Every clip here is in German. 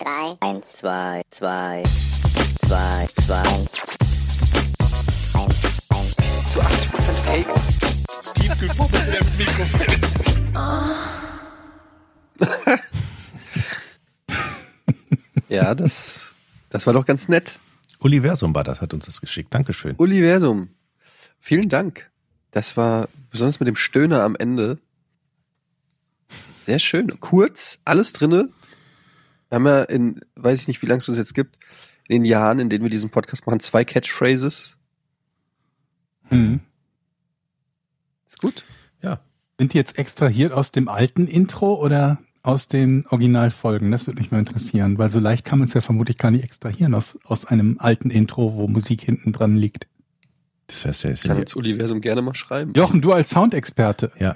3, 1, 2, 2, 2, 2, 1, 1. Zu 80% Fake. Tiefkühlpumpe im Mikrofon. Ja, das war doch ganz nett. Universum war das, hat uns das geschickt. Dankeschön. Universum. Vielen Dank. Das war besonders mit dem Stöhner am Ende sehr schön. Kurz, alles drinne. Wir haben ja weiß ich nicht, wie lange es uns jetzt gibt, in den Jahren, in denen wir diesen Podcast machen, 2 Catchphrases. Ist gut. Ja. Sind die jetzt extrahiert aus dem alten Intro oder aus den Originalfolgen? Das würde mich mal interessieren, weil so leicht kann man es ja vermutlich gar nicht extrahieren aus einem alten Intro, wo Musik hinten dran liegt. Das heißt, ja, Kann uns Universum gerne mal schreiben. Jochen, du als Soundexperte. Ja.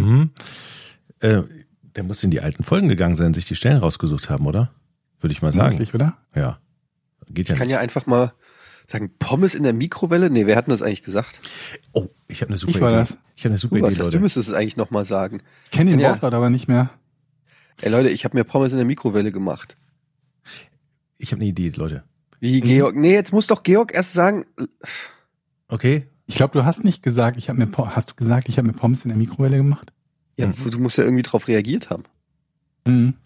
Der muss in die alten Folgen gegangen sein, sich die Stellen rausgesucht haben, oder? Würde ich mal sagen. Möglich, oder? Ja. Geht ja Ich kann nicht. ja einfach mal sagen, Pommes in der Mikrowelle? Nee, wer hat denn das eigentlich gesagt? Oh, ich habe eine super Ich war Idee. das. Ich habe eine super Du, Idee, du Leute. müsstest es eigentlich nochmal sagen. Ich kenne den Ja. Wortlaut aber nicht mehr. Ey Leute, ich habe mir Pommes in der Mikrowelle gemacht. Ich habe eine Idee, Leute. Wie Georg? Nee, jetzt muss doch Georg erst sagen. Okay? Ich glaube, du hast nicht gesagt, hast du gesagt, ich habe mir Pommes in der Mikrowelle gemacht? Ja, du musst ja irgendwie drauf reagiert haben. Mhm.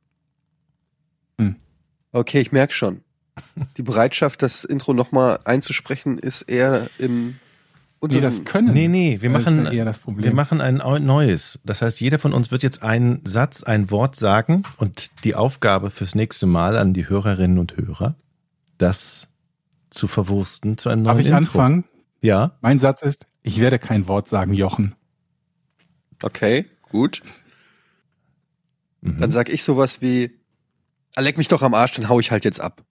Okay, ich merke schon. Die Bereitschaft, das Intro nochmal einzusprechen, ist eher im Nee, das können. Nee, wir Das ist machen, ja eher das Problem. wir machen ein neues. Das heißt, jeder von uns wird jetzt einen Satz, ein Wort sagen und die Aufgabe fürs nächste Mal an die Hörerinnen und Hörer, das zu verwursten zu einem neuen Darf ich Intro. anfangen? Ja. Mein Satz ist, ich werde kein Wort sagen, Jochen. Okay, gut. Mhm. Dann sag ich sowas wie, leck mich doch am Arsch, dann hau ich halt jetzt ab.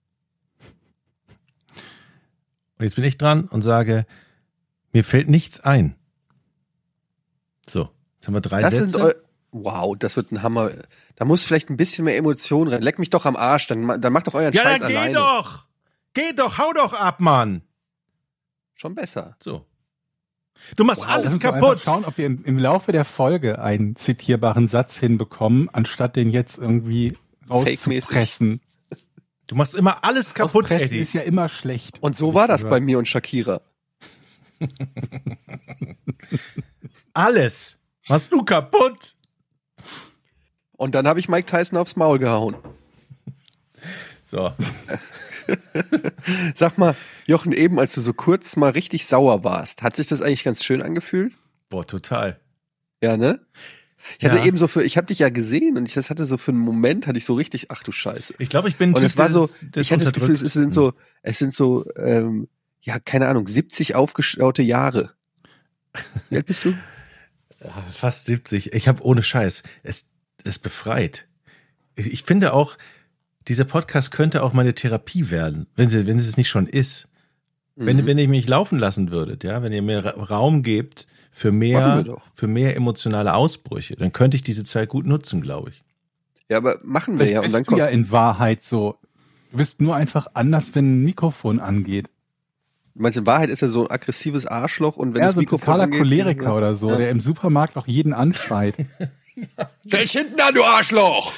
Und jetzt bin ich dran und sage, mir fällt nichts ein. So, jetzt haben wir 3 Das Sätze. sind wow, das wird ein Hammer. Da muss vielleicht ein bisschen mehr Emotion rein. Leck mich doch am Arsch, dann macht doch euren Ja, Scheiß dann geh alleine. doch! Geh doch, hau doch ab, Mann! Schon besser. So. Du machst Lass alles uns doch kaputt! einfach schauen, ob wir im Laufe der Folge einen zitierbaren Satz hinbekommen, anstatt den jetzt irgendwie rauszupressen. Du machst immer alles kaputt, Auspressen Eddie. ist ja immer schlecht. Und so war das bei mir und Shakira. Alles machst du kaputt! Und dann habe ich Mike Tyson aufs Maul gehauen. So. Sag mal, Jochen, eben als du so kurz mal richtig sauer warst, hat sich das eigentlich ganz schön angefühlt? Boah, total. Ja, ne? Ich hatte Ja. eben ich habe dich ja gesehen und das hatte so für einen Moment, hatte ich so richtig, ach du Scheiße. Ich glaube, ich bin ein Und Typ, es war so, des ich hatte das Gefühl, es sind so, ja, keine Ahnung, 70 aufgestaute Jahre. Wie alt bist du? Fast 70. Ich habe ohne Scheiß. Es befreit. Ich finde auch, dieser Podcast könnte auch meine Therapie werden, wenn es nicht schon ist. Wenn ihr mich laufen lassen würdet, ja, wenn ihr mir Raum gebt für Machen wir doch. mehr emotionale Ausbrüche, dann könnte ich diese Zeit gut nutzen, glaube ich. Ja, aber machen wir Vielleicht ja. Und bist dann du kommt, ja in Wahrheit so. Du bist nur einfach anders, wenn ein Mikrofon angeht. meinst du, in Wahrheit ist er so ein aggressives Arschloch und wenn Er das so ein Mikrofon totaler angeht, Choleriker oder so, Ja. der im Supermarkt auch jeden anschreit. Stell dich hinten an, du Arschloch!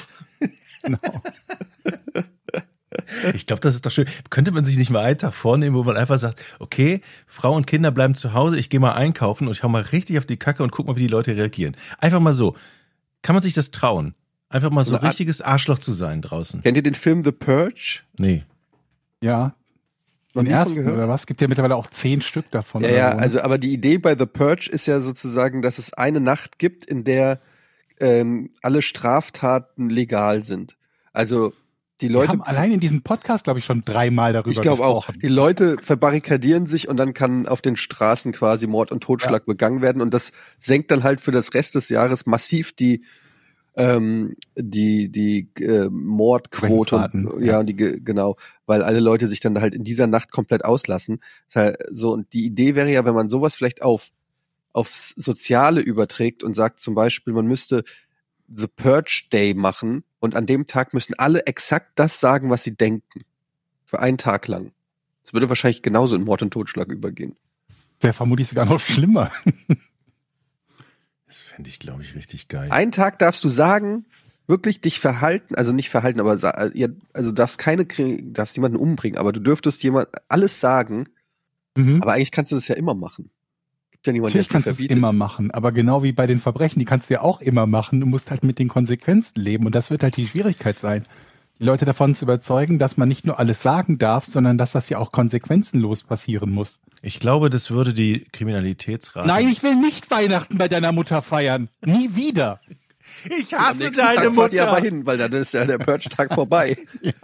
Ich glaube, das ist doch schön. Könnte man sich nicht mal einen Tag vornehmen, wo man einfach sagt, okay, Frau und Kinder bleiben zu Hause, ich gehe mal einkaufen und ich hau mal richtig auf die Kacke und guck mal, wie die Leute reagieren. Einfach mal so. Kann man sich das trauen? Einfach mal so So ein eine Art- richtiges Arschloch zu sein draußen. Kennt ihr den Film The Purge? Nee. Ja. Noch Den nie von ersten gehört? oder was? Gibt ja mittlerweile auch 10 Stück davon. Ja, oder ja, so, ne? also aber die Idee bei The Purge ist ja sozusagen, dass es eine Nacht gibt, in der alle Straftaten legal sind. Also die Wir Leute, haben allein in diesem Podcast, glaube ich, schon 3-mal darüber ich glaube auch, gesprochen. die Leute verbarrikadieren sich und dann kann auf den Straßen quasi Mord und Totschlag begangen werden und das senkt dann halt für das Rest des Jahres massiv die Mordquote Raten, und, ja, und genau, weil alle Leute sich dann halt in dieser Nacht komplett auslassen. Das ist halt so, und die Idee wäre ja, wenn man sowas vielleicht aufs Soziale überträgt und sagt zum Beispiel, man müsste The Purge Day machen und an dem Tag müssen alle exakt das sagen, was sie denken. Für einen Tag lang. Das würde wahrscheinlich genauso in Mord und Totschlag übergehen. Wäre vermutlich sogar noch schlimmer. Das fände ich, glaube ich, richtig geil. Einen Tag darfst du sagen, wirklich dich verhalten, also nicht verhalten, aber also darfst jemanden umbringen, aber du dürftest alles sagen, aber eigentlich kannst du das ja immer machen. Gibt ja niemanden, Natürlich kannst du es immer machen, aber genau wie bei den Verbrechen, die kannst du ja auch immer machen. Du musst halt mit den Konsequenzen leben und das wird halt die Schwierigkeit sein, die Leute davon zu überzeugen, dass man nicht nur alles sagen darf, sondern dass das ja auch konsequenzenlos passieren muss. Ich glaube, das würde die Kriminalitätsrate... Nein, ich will nicht Weihnachten bei deiner Mutter feiern. Nie wieder. Ich Am hasse nächsten deine Tag fahrt ihr Mutter. aber hin, weil dann ist ja der Purge-Tag vorbei.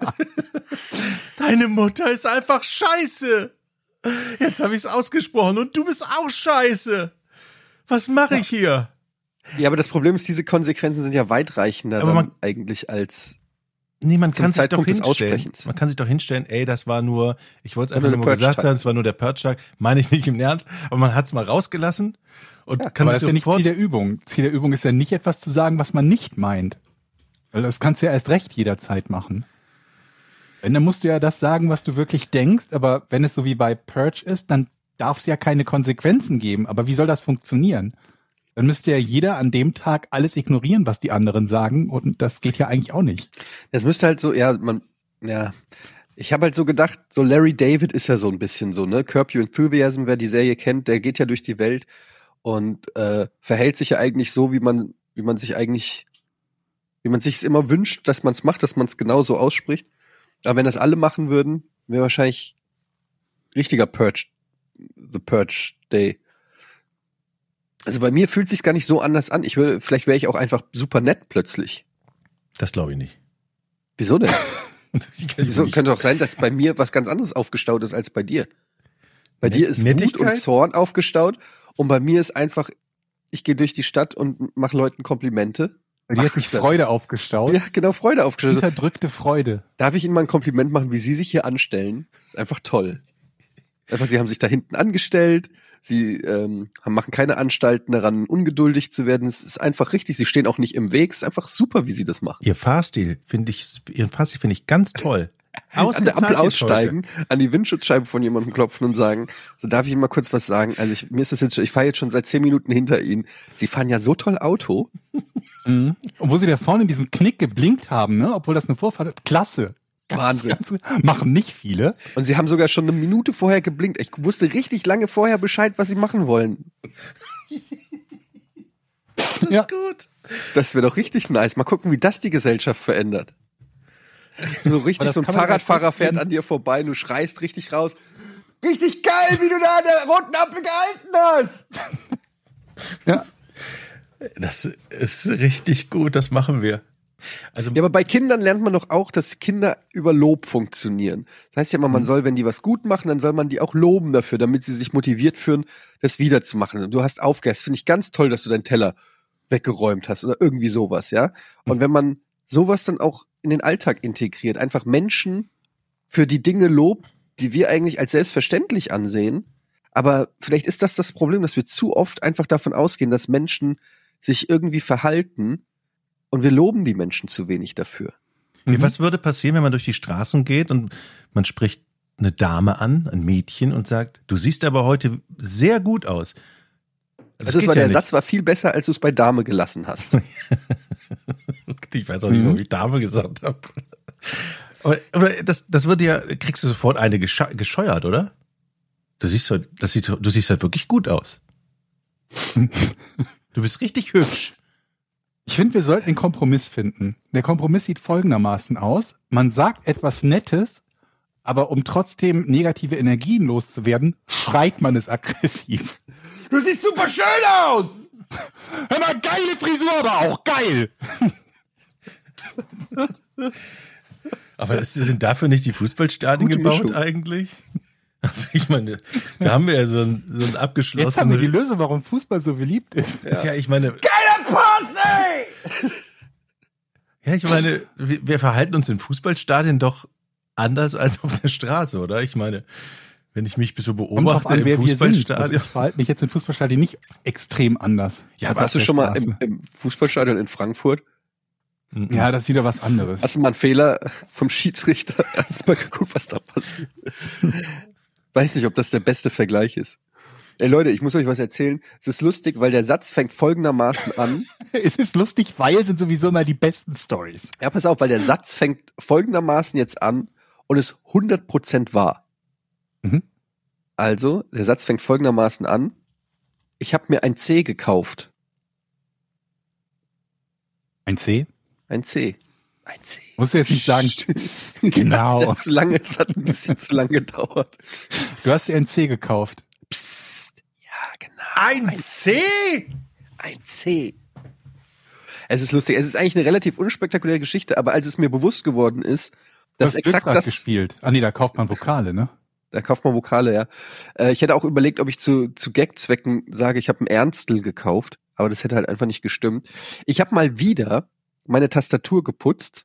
Deine Mutter ist einfach scheiße. Jetzt habe ich es ausgesprochen und du bist auch scheiße. Was mache ich hier? Ja, aber das Problem ist, diese Konsequenzen sind ja weitreichender Aber dann eigentlich als Nee, man zum kann sich doch Zeitpunkt des hinstellen. Aussprechens. Man kann sich doch hinstellen, ey, das war nur, ich wollte es einfach Nur nur der mal gesagt Purge-Tag. haben, es war nur der Purge-Tag, meine ich nicht im Ernst, aber man hat es mal rausgelassen und kann Aber sich das ist ja nicht sofort... Ziel der Übung. Ziel der Übung ist ja nicht etwas zu sagen, was man nicht meint. Weil das kannst du ja erst recht jederzeit machen. Wenn, dann musst du ja das sagen, was du wirklich denkst, aber wenn es so wie bei Purge ist, dann darf es ja keine Konsequenzen geben. Aber wie soll das funktionieren? Dann müsste ja jeder an dem Tag alles ignorieren, was die anderen sagen und das geht ja eigentlich auch nicht. Das müsste halt so, ich habe halt so gedacht, so Larry David ist ja so ein bisschen so, ne? Curb Your Enthusiasm, wer die Serie kennt, der geht ja durch die Welt und verhält sich ja eigentlich so, wie man sich es immer wünscht, dass man es macht, dass man es genauso ausspricht. Aber wenn das alle machen würden, wäre wahrscheinlich richtiger The Purge Day. Also bei mir fühlt es sich gar nicht so anders an. Vielleicht wäre ich auch einfach super nett plötzlich. Das glaube ich nicht. Wieso denn? Wieso? Könnte doch sein, dass bei mir was ganz anderes aufgestaut ist als bei dir. Bei dir ist Wut Nettigkeit? und Zorn aufgestaut und bei mir ist einfach, ich gehe durch die Stadt und mache Leuten Komplimente. Weil die hat sich Freude aufgestaut. Ja, genau, Freude aufgestaut. Unterdrückte Freude. Darf ich Ihnen mal ein Kompliment machen, wie Sie sich hier anstellen? Einfach toll. Einfach, Sie haben sich da hinten angestellt, Sie machen keine Anstalten daran, ungeduldig zu werden. Es ist einfach richtig, Sie stehen auch nicht im Weg. Es ist einfach super, wie Sie das machen. Ihren Fahrstil finde ich ganz toll. An der Ampel aussteigen, an die Windschutzscheibe von jemandem klopfen und sagen, so darf ich Ihnen mal kurz was sagen? Also ich fahre jetzt schon seit 10 Minuten hinter Ihnen. Sie fahren ja so toll Auto. Mhm. Und wo sie da vorne in diesem Knick geblinkt haben, ne, obwohl das eine Vorfahrt ist. Klasse. Wahnsinn. Machen nicht viele. Und Sie haben sogar schon eine Minute vorher geblinkt. Ich wusste richtig lange vorher Bescheid, was Sie machen wollen. Das Ja. ist gut. Das wäre doch richtig nice. Mal gucken, wie das die Gesellschaft verändert. So richtig, das so ein kann man Fahrradfahrer einfach fährt in- an dir vorbei und du schreist richtig raus. Richtig geil, wie du da an der roten Ampel gehalten hast. Ja. Das ist richtig gut, das machen wir. Also Ja, aber bei Kindern lernt man doch auch, dass Kinder über Lob funktionieren. Das heißt ja immer, man soll, wenn die was gut machen, dann soll man die auch loben dafür, damit sie sich motiviert fühlen, das wiederzumachen. Und du hast aufgehört. Finde ich ganz toll, dass du deinen Teller weggeräumt hast oder irgendwie sowas, ja. Und wenn man sowas dann auch in den Alltag integriert, einfach Menschen für die Dinge lobt, die wir eigentlich als selbstverständlich ansehen. Aber vielleicht ist das Problem, dass wir zu oft einfach davon ausgehen, dass Menschen sich irgendwie verhalten und wir loben die Menschen zu wenig dafür. was würde passieren, wenn man durch die Straßen geht und man spricht eine Dame an, ein Mädchen und sagt, du siehst aber heute sehr gut aus. Das war der Satz war viel besser, als du es bei Dame gelassen hast. Ich weiß auch nicht, warum ich Dame gesagt habe. Aber das würde ja, kriegst du sofort eine gescheuert, oder? Du siehst halt wirklich gut aus. Du bist richtig hübsch. Ich finde, wir sollten einen Kompromiss finden. Der Kompromiss sieht folgendermaßen aus. Man sagt etwas Nettes, aber um trotzdem negative Energien loszuwerden, schreit man es aggressiv. Du siehst super schön aus! Hör mal, geile Frisur, aber auch geil! Aber sind dafür nicht die Fußballstadien Gute gebaut Mischung. eigentlich? Also ich meine, da haben wir ja so ein Jetzt haben abgeschlossenen... wir die Lösung, warum Fußball so beliebt ist. Ja, ich meine... Geiler Pass, ey! Ja, ich meine, wir verhalten uns in Fußballstadien doch anders als auf der Straße, oder? Ich meine, wenn ich mich so Kommt drauf beobachte an, im wer wir sind. Also Fußballstadion... ich verhalte mich jetzt in Fußballstadien nicht extrem anders. Ja, als Warst auf du der schon mal Straße. im Fußballstadion in Frankfurt? Ja, das ist wieder was anderes. Hast du mal einen Fehler vom Schiedsrichter? Hast du mal geguckt, was da passiert? Weiß nicht, ob das der beste Vergleich ist. Ey Leute, ich muss euch was erzählen. Es ist lustig, weil der Satz fängt folgendermaßen an. Es ist lustig, weil sind sowieso immer die besten Stories. Ja, pass auf, weil der Satz fängt folgendermaßen jetzt an und ist 100% wahr. Mhm. Also, der Satz fängt folgendermaßen an. Ich habe mir ein C gekauft. Ein C? Ein C. Ein C. Musst du jetzt nicht sagen, genau. Es hat ein bisschen zu lange gedauert. Du hast dir ein C gekauft. Psst. Ja, genau. Ein C? Ein C. Es ist lustig. Es ist eigentlich eine relativ unspektakuläre Geschichte, aber als es mir bewusst geworden ist, Du dass hast exakt Glücksrad das, gespielt. Ah nee, da kauft man Vokale, ne? da kauft man Vokale, ja. Ich hätte auch überlegt, ob ich zu Gag-Zwecken sage, ich habe ein Ernstel gekauft, aber das hätte halt einfach nicht gestimmt. Ich habe mal wieder meine Tastatur geputzt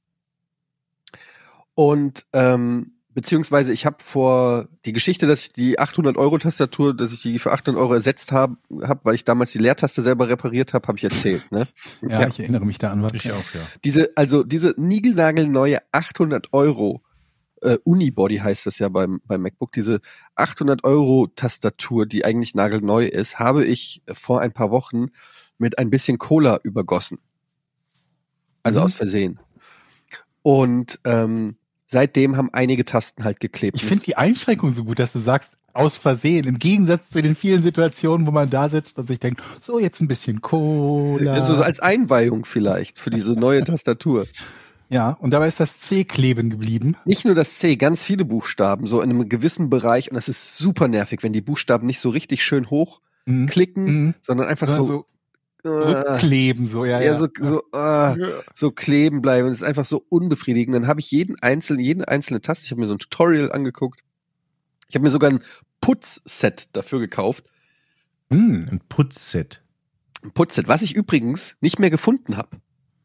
und beziehungsweise ich habe vor die Geschichte, dass ich die 800-Euro-Tastatur, dass ich die für 800 Euro ersetzt habe, weil ich damals die Leertaste selber repariert habe, habe ich erzählt, ne? Ja, ich erinnere mich da an was. Ich auch, ja. Diese niegelnagelneue 800 Euro Unibody heißt das ja beim MacBook, diese 800 Euro Tastatur, die eigentlich nagelneu ist, habe ich vor ein paar Wochen mit ein bisschen Cola übergossen. Also aus Versehen. Und seitdem haben einige Tasten halt geklebt. Ich finde die Einschränkung so gut, dass du sagst, aus Versehen, im Gegensatz zu den vielen Situationen, wo man da sitzt und sich denkt, so jetzt ein bisschen Cola. Also so als Einweihung vielleicht für diese neue Tastatur. Ja, und dabei ist das C kleben geblieben. Nicht nur das C, ganz viele Buchstaben, so in einem gewissen Bereich. Und das ist super nervig, wenn die Buchstaben nicht so richtig schön hoch klicken, sondern einfach so rückkleben, so, ja. So kleben bleiben. Das ist einfach so unbefriedigend. Dann habe ich jede einzelne Taste, ich habe mir so ein Tutorial angeguckt. Ich habe mir sogar ein Putzset dafür gekauft. Ein Putzset. Ein Putzset, was ich übrigens nicht mehr gefunden habe.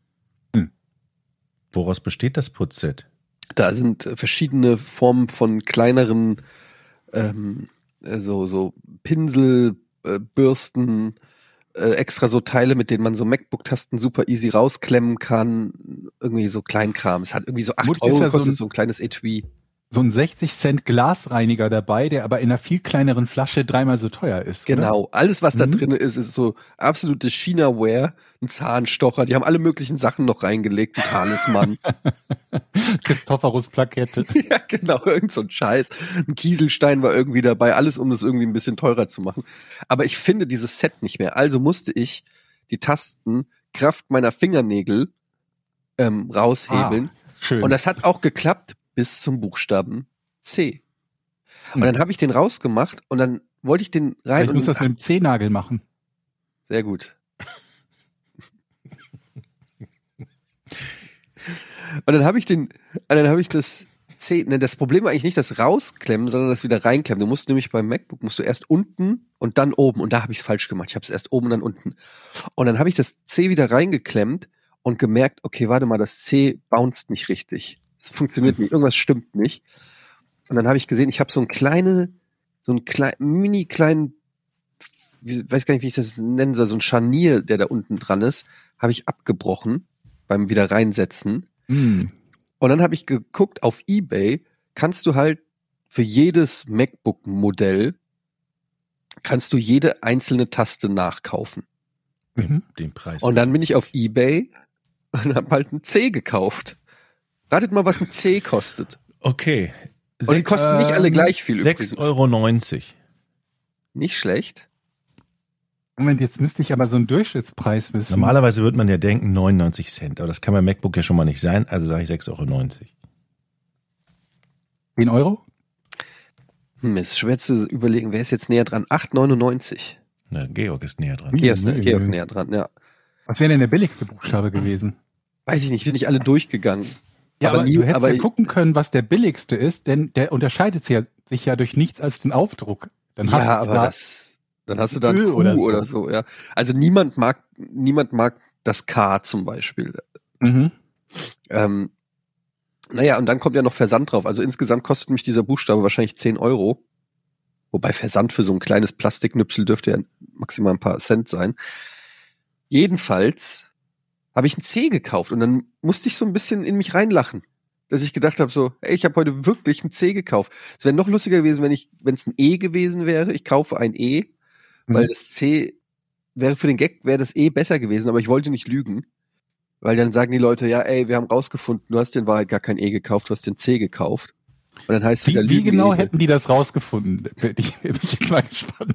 Woraus besteht das Putzset? Da sind verschiedene Formen von kleineren so Pinsel, Bürsten, extra so Teile, mit denen man so MacBook-Tasten super easy rausklemmen kann. Irgendwie so Kleinkram. Es hat irgendwie so 8 Euro gekostet, so ein kleines Etui. So ein 60 Cent Glasreiniger dabei, der aber in einer viel kleineren Flasche 3-mal so teuer ist. Genau, oder? alles was da drin ist so absolute China-Ware, ein Zahnstocher, die haben alle möglichen Sachen noch reingelegt, ein Talisman. Christophorus-Plakette. Ja, genau, irgend so ein Scheiß. Ein Kieselstein war irgendwie dabei, alles um das irgendwie ein bisschen teurer zu machen. Aber ich finde dieses Set nicht mehr. Also musste ich die Tasten Kraft meiner Fingernägel raushebeln. Schön. Und das hat auch geklappt bis zum Buchstaben C. Und dann habe ich den rausgemacht und dann wollte ich den rein. Ich muss das mit dem Zehennagel machen. Sehr gut. Und dann habe ich das C, das Problem war eigentlich nicht das Rausklemmen, sondern das wieder reinklemmen. Du musst nämlich beim MacBook erst unten und dann oben. Und da habe ich es falsch gemacht. Ich habe es erst oben und dann unten. Und dann habe ich das C wieder reingeklemmt und gemerkt, okay, warte mal, das C bounced nicht richtig. Es funktioniert nicht, irgendwas stimmt nicht. Und dann habe ich gesehen, ich habe so einen kleinen, weiß gar nicht, wie ich das nennen soll, so ein Scharnier, der da unten dran ist, habe ich abgebrochen beim wieder reinsetzen. Und dann habe ich geguckt, auf eBay kannst du halt für jedes MacBook-Modell kannst du jede einzelne Taste nachkaufen. Den Preis. Und dann bin ich auf eBay und habe halt ein C gekauft. Ratet mal, was ein C kostet. Okay. Und die kosten nicht alle gleich viel 6,90 übrigens. Nicht schlecht. Moment, jetzt müsste ich aber so einen Durchschnittspreis wissen. Normalerweise würde man ja denken 99 Cent, aber das kann beim MacBook ja schon mal nicht sein, also sage ich 6,90 Euro. 10 Euro? Ist schwer zu überlegen, wer ist jetzt näher dran? 8,99. Na, Georg ist näher dran. Georg näher dran, ja. Was wäre denn der billigste Buchstabe gewesen? Weiß ich nicht, bin nicht alle durchgegangen. Ja, aber du hättest ja gucken können, was der billigste ist, denn der unterscheidet sich ja durch nichts als den Aufdruck. Dann hast dann hast du da ein Q oder so, ja. Also niemand mag das K zum Beispiel. Naja, und dann kommt ja noch Versand drauf. Also insgesamt kostet mich dieser Buchstabe wahrscheinlich 10 Euro. Wobei Versand für so ein kleines Plastiknüpsel dürfte ja maximal ein paar Cent sein. Jedenfalls habe ich ein C gekauft und dann musste ich so ein bisschen in mich reinlachen, dass ich gedacht habe so, ey, ich habe heute wirklich ein C gekauft. Es wäre noch lustiger gewesen, wenn es ein E gewesen wäre. Ich kaufe ein E weil das C wäre für den Gag, wäre das E besser gewesen, aber ich wollte nicht lügen. Weil dann sagen die Leute, ja, ey, wir haben rausgefunden, du hast in Wahrheit gar kein E gekauft, du hast den C gekauft. Und dann heißt es wieder Wie genau Lügen-E. hätten die das rausgefunden? Ich bin jetzt mal gespannt.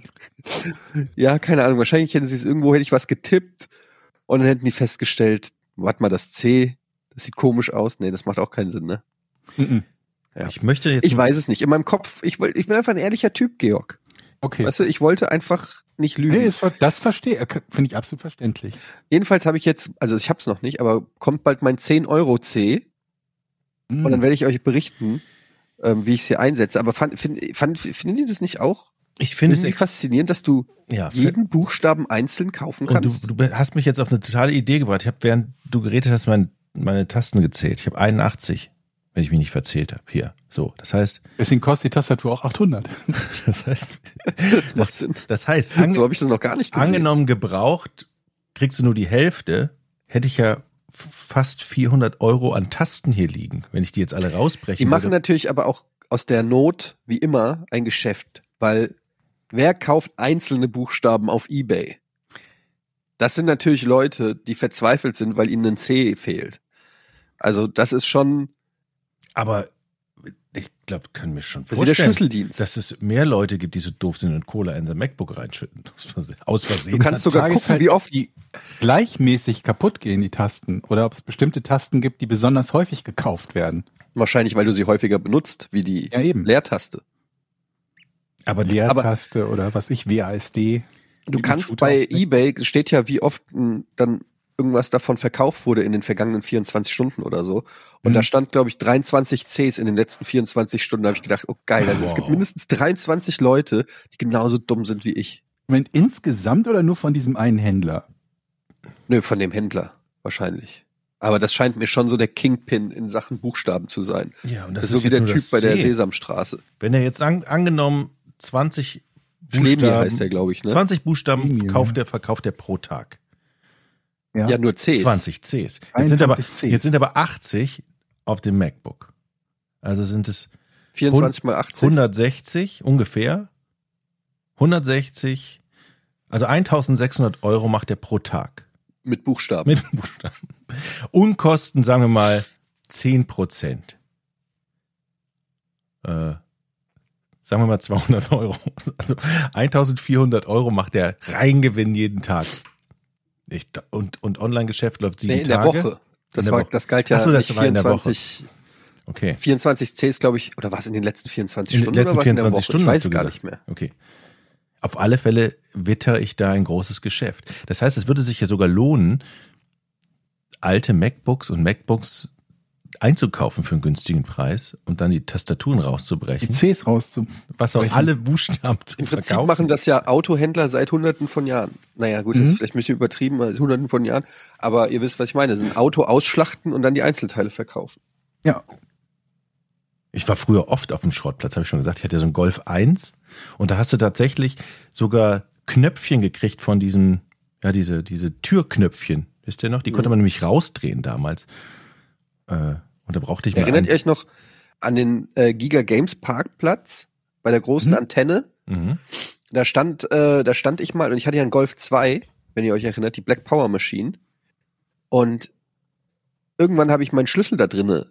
Ja, keine Ahnung. Wahrscheinlich hätte ich was getippt und dann hätten die festgestellt, warte mal, das C, das sieht komisch aus. Nee, das macht auch keinen Sinn, ne? Mhm. Ja. Ich möchte jetzt. Ich weiß es nicht. In meinem Kopf, ich bin einfach ein ehrlicher Typ, Georg. Okay. Weißt du, ich wollte einfach nicht lügen. Nee, das verstehe, finde ich absolut verständlich. Jedenfalls habe ich jetzt, also ich habe es noch nicht, aber kommt bald mein 10-Euro-C und dann werde ich euch berichten, wie ich es hier einsetze. Aber findet ihr das nicht auch? Ich finde es faszinierend, dass du jeden Buchstaben einzeln kaufen kannst. Und du hast mich jetzt auf eine totale Idee gebracht. Ich habe, während du geredet hast, meine Tasten gezählt. Ich habe 81, wenn ich mich nicht verzählt habe. Hier, so. Das heißt. Deswegen kostet die Tastatur auch 800. Das heißt. Das macht Sinn. Das heißt, so habe ich das noch gar nicht gesehen. Angenommen gebraucht, kriegst du nur die Hälfte. Hätte ich ja fast 400 € an Tasten hier liegen, wenn ich die jetzt alle rausbrechen Die machen würde. natürlich aber auch aus der Not, wie immer, ein Geschäft. Weil wer kauft einzelne Buchstaben auf eBay? Das sind natürlich Leute, die verzweifelt sind, weil ihnen ein C fehlt. Also das ist schon... Aber ich glaube, können wir schon Das ist wie der vorstellen, Schlüsseldienst. dass es mehr Leute gibt, die so doof sind und Cola in sein MacBook reinschütten. Aus Versehen. Du kannst sogar Frage ist gucken, halt, wie oft... ob die gleichmäßig kaputt gehen, die Tasten, oder ob es bestimmte Tasten gibt, die besonders häufig gekauft werden. Wahrscheinlich, weil du sie häufiger benutzt, wie die Ja, eben. Leertaste. Aber Leertaste oder was ich, WASD. Du kannst bei eBay, steht ja, wie oft dann irgendwas davon verkauft wurde in den vergangenen 24 Stunden oder so. Und da stand, glaube ich, 23 Cs in den letzten 24 Stunden. Da habe ich gedacht, oh geil, also es gibt mindestens 23 Leute, die genauso dumm sind wie ich. Moment, insgesamt oder nur von diesem einen Händler? Nö, von dem Händler wahrscheinlich. Aber das scheint mir schon so der Kingpin in Sachen Buchstaben zu sein. Ja, und das ist so wie der Typ bei der Sesamstraße. Wenn er jetzt angenommen 20 Schlemi Buchstaben, heißt der, glaube ich, ne? 20 Buchstaben Schlemi, verkauft er pro Tag. Ja, nur Cs. 20 Cs. Jetzt 21 Cs. sind aber 80 auf dem MacBook. Also sind es 24 mal 80. 160 ungefähr. 160, also 1.600 € macht er pro Tag. Mit Buchstaben. Mit Buchstaben. Unkosten, sagen wir mal, 10%. Sagen wir mal 200 €. Also 1.400 € macht der Reingewinn jeden Tag. Und Online-Geschäft läuft 7 in der Tage. Woche. In der Woche. Das galt ja Ach so, das nicht war in der 24, Okay. 24 Cs, glaube ich, oder was in den letzten 24 In den Stunden? letzten oder was in der 24 Woche? Stunden Ich weiß hast du gar gesagt. nicht mehr. Okay. Auf alle Fälle witter ich da ein großes Geschäft. Das heißt, es würde sich ja sogar lohnen, alte MacBooks und MacBooks einzukaufen für einen günstigen Preis und dann die Tastaturen Die rauszubrechen. Cs Was auch alle Buchstaben zu Im Prinzip verkaufen. machen das ja Autohändler seit Hunderten von Jahren. Naja, gut, das ist vielleicht ein bisschen übertrieben, seit Hunderten von Jahren. Aber ihr wisst, was ich meine. Das ist ein Auto ausschlachten und dann die Einzelteile verkaufen. Ja. Ich war früher oft auf dem Schrottplatz, habe ich schon gesagt. Ich hatte so einen Golf 1 und da hast du tatsächlich sogar Knöpfchen gekriegt von diesen, ja, diese Türknöpfchen. Wisst ihr noch? Die konnte man nämlich rausdrehen damals. Und da brauchte ich mal. Erinnert ihr euch noch an den Giga Games Parkplatz bei der großen Antenne? Mhm. Da stand ich mal und ich hatte ja einen Golf 2, wenn ihr euch erinnert, die Black Power Machine. Und irgendwann habe ich meinen Schlüssel da drinne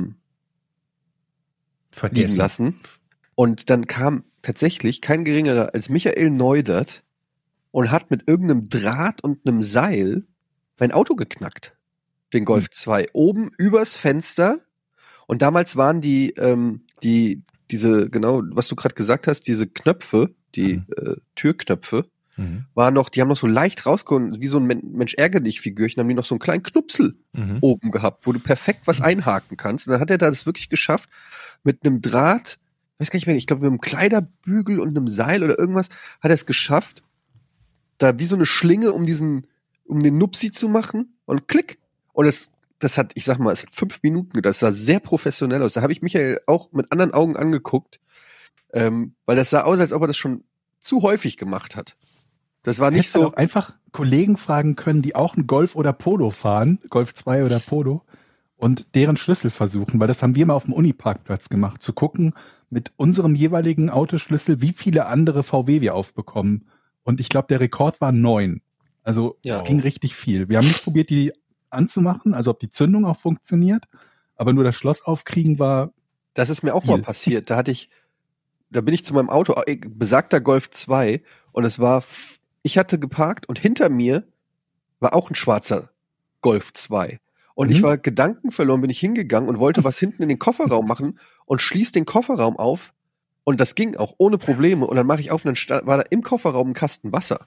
liegen lassen. Und dann kam tatsächlich kein geringerer als Michael Neudert und hat mit irgendeinem Draht und einem Seil mein Auto geknackt. Den Golf 2. Oben übers Fenster. Und damals waren diese, genau, was du gerade gesagt hast, diese Knöpfe, die Türknöpfe, die haben noch so leicht rausgekommen, wie so ein Mensch ärger dich Figürchen, haben die noch so einen kleinen Knupsel oben gehabt, wo du perfekt was einhaken kannst. Und dann hat er da das wirklich geschafft, mit einem Draht, weiß gar nicht mehr, ich glaube mit einem Kleiderbügel und einem Seil oder irgendwas, hat er es geschafft, da wie so eine Schlinge um den Nupsi zu machen und klick. Und das hat, ich sag mal, es hat 5 Minuten gedauert. Das sah sehr professionell aus. Da habe ich Michael auch mit anderen Augen angeguckt, weil das sah aus, als ob er das schon zu häufig gemacht hat. Das war nicht so. Auch einfach Kollegen fragen können, die auch einen Golf oder Polo fahren, Golf 2 oder Polo, und deren Schlüssel versuchen, weil das haben wir mal auf dem Uniparkplatz gemacht, zu gucken mit unserem jeweiligen Autoschlüssel, wie viele andere VW wir aufbekommen Und ich glaube, der Rekord war 9. Also Ja. es ging richtig viel. Wir haben nicht probiert, die anzumachen, also ob die Zündung auch funktioniert, aber nur das Schloss aufkriegen war. Das ist mir auch mal passiert. Da bin ich zu meinem Auto, besagter Golf 2, und ich hatte geparkt und hinter mir war auch ein schwarzer Golf 2. Und ich war gedankenverloren, bin ich hingegangen und wollte was hinten in den Kofferraum machen und schließ den Kofferraum auf. Und das ging auch ohne Probleme. Und dann mache ich auf und dann war da im Kofferraum ein Kasten Wasser.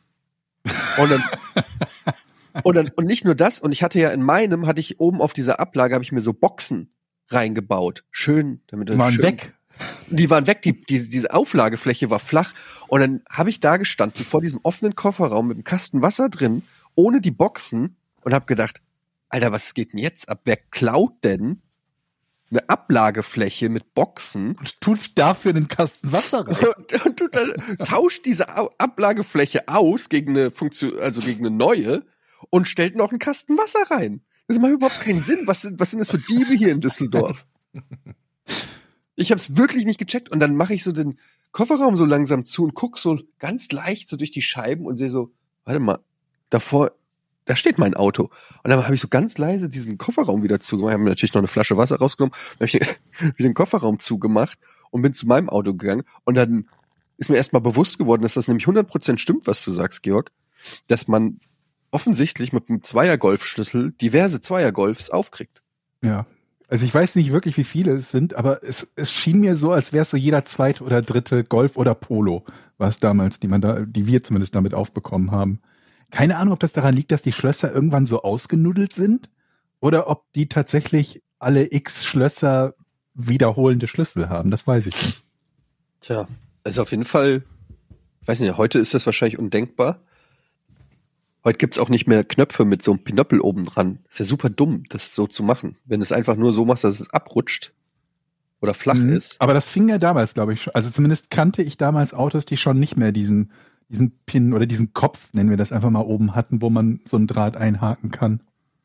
Und nicht nur das, und ich hatte ja hatte ich oben auf dieser Ablage, habe ich mir so Boxen reingebaut. Schön, damit das Die waren schön, weg. Die waren weg, diese Auflagefläche war flach. Und dann habe ich da gestanden vor diesem offenen Kofferraum mit einem Kasten Wasser drin, ohne die Boxen, und habe gedacht, Alter, was geht denn jetzt ab? Wer klaut denn eine Ablagefläche mit Boxen Und tut dafür einen Kasten Wasser rein. und tauscht diese Ablagefläche aus gegen eine Funktion, also gegen eine neue, und stellt noch einen Kasten Wasser rein? Das macht überhaupt keinen Sinn. Was sind das für Diebe hier in Düsseldorf? Ich habe es wirklich nicht gecheckt, und dann mache ich so den Kofferraum so langsam zu und guck so ganz leicht so durch die Scheiben und sehe so, warte mal, da steht mein Auto. Und dann habe ich so ganz leise diesen Kofferraum wieder zugemacht. Ich habe mir natürlich noch eine Flasche Wasser rausgenommen, dann habe ich den Kofferraum zugemacht und bin zu meinem Auto gegangen. Und dann ist mir erstmal bewusst geworden, dass das nämlich 100% stimmt, was du sagst, Georg, dass man offensichtlich mit einem Zweier-Golfschlüssel diverse Zweier-Golfs aufkriegt. Ja. Also ich weiß nicht wirklich, wie viele es sind, aber es schien mir so, als wäre es so jeder zweite oder dritte Golf oder Polo, war es damals, die wir zumindest damit aufbekommen haben. Keine Ahnung, ob das daran liegt, dass die Schlösser irgendwann so ausgenuddelt sind oder ob die tatsächlich alle X Schlösser wiederholende Schlüssel haben. Das weiß ich nicht. Tja, also auf jeden Fall, ich weiß nicht, heute ist das wahrscheinlich undenkbar. Heute gibt's auch nicht mehr Knöpfe mit so einem Pinöppel oben dran. Ist ja super dumm, das so zu machen. Wenn du es einfach nur so machst, dass es abrutscht oder flach ist. Aber das fing ja damals, glaube ich, schon. Also zumindest kannte ich damals Autos, die schon nicht mehr diesen Pin oder diesen Kopf, nennen wir das einfach mal, oben hatten, wo man so einen Draht einhaken kann.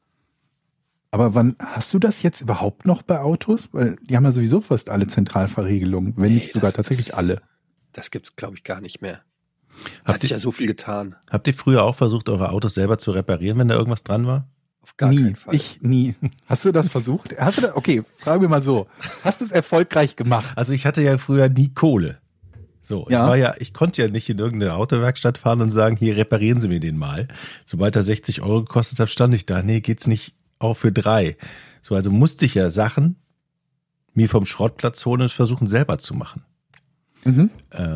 Aber wann hast du das jetzt überhaupt noch bei Autos? Weil die haben ja sowieso fast alle Zentralverriegelungen, wenn nicht sogar tatsächlich alle. Das gibt's, glaube ich, gar nicht mehr. Habt Hat sich ja so viel getan. Habt ihr früher auch versucht, eure Autos selber zu reparieren, wenn da irgendwas dran war? Auf gar keinen Fall. Ich nie. Hast du das versucht? Okay, fragen wir mal so. Hast du es erfolgreich gemacht? Also ich hatte ja früher nie Kohle. So, Ja. ich konnte ja nicht in irgendeine Autowerkstatt fahren und sagen, hier reparieren Sie mir den mal. Sobald er 60 € gekostet hat, stand ich da, nee, geht's nicht auch für 3. So, also musste ich ja Sachen mir vom Schrottplatz holen und versuchen selber zu machen. Mhm.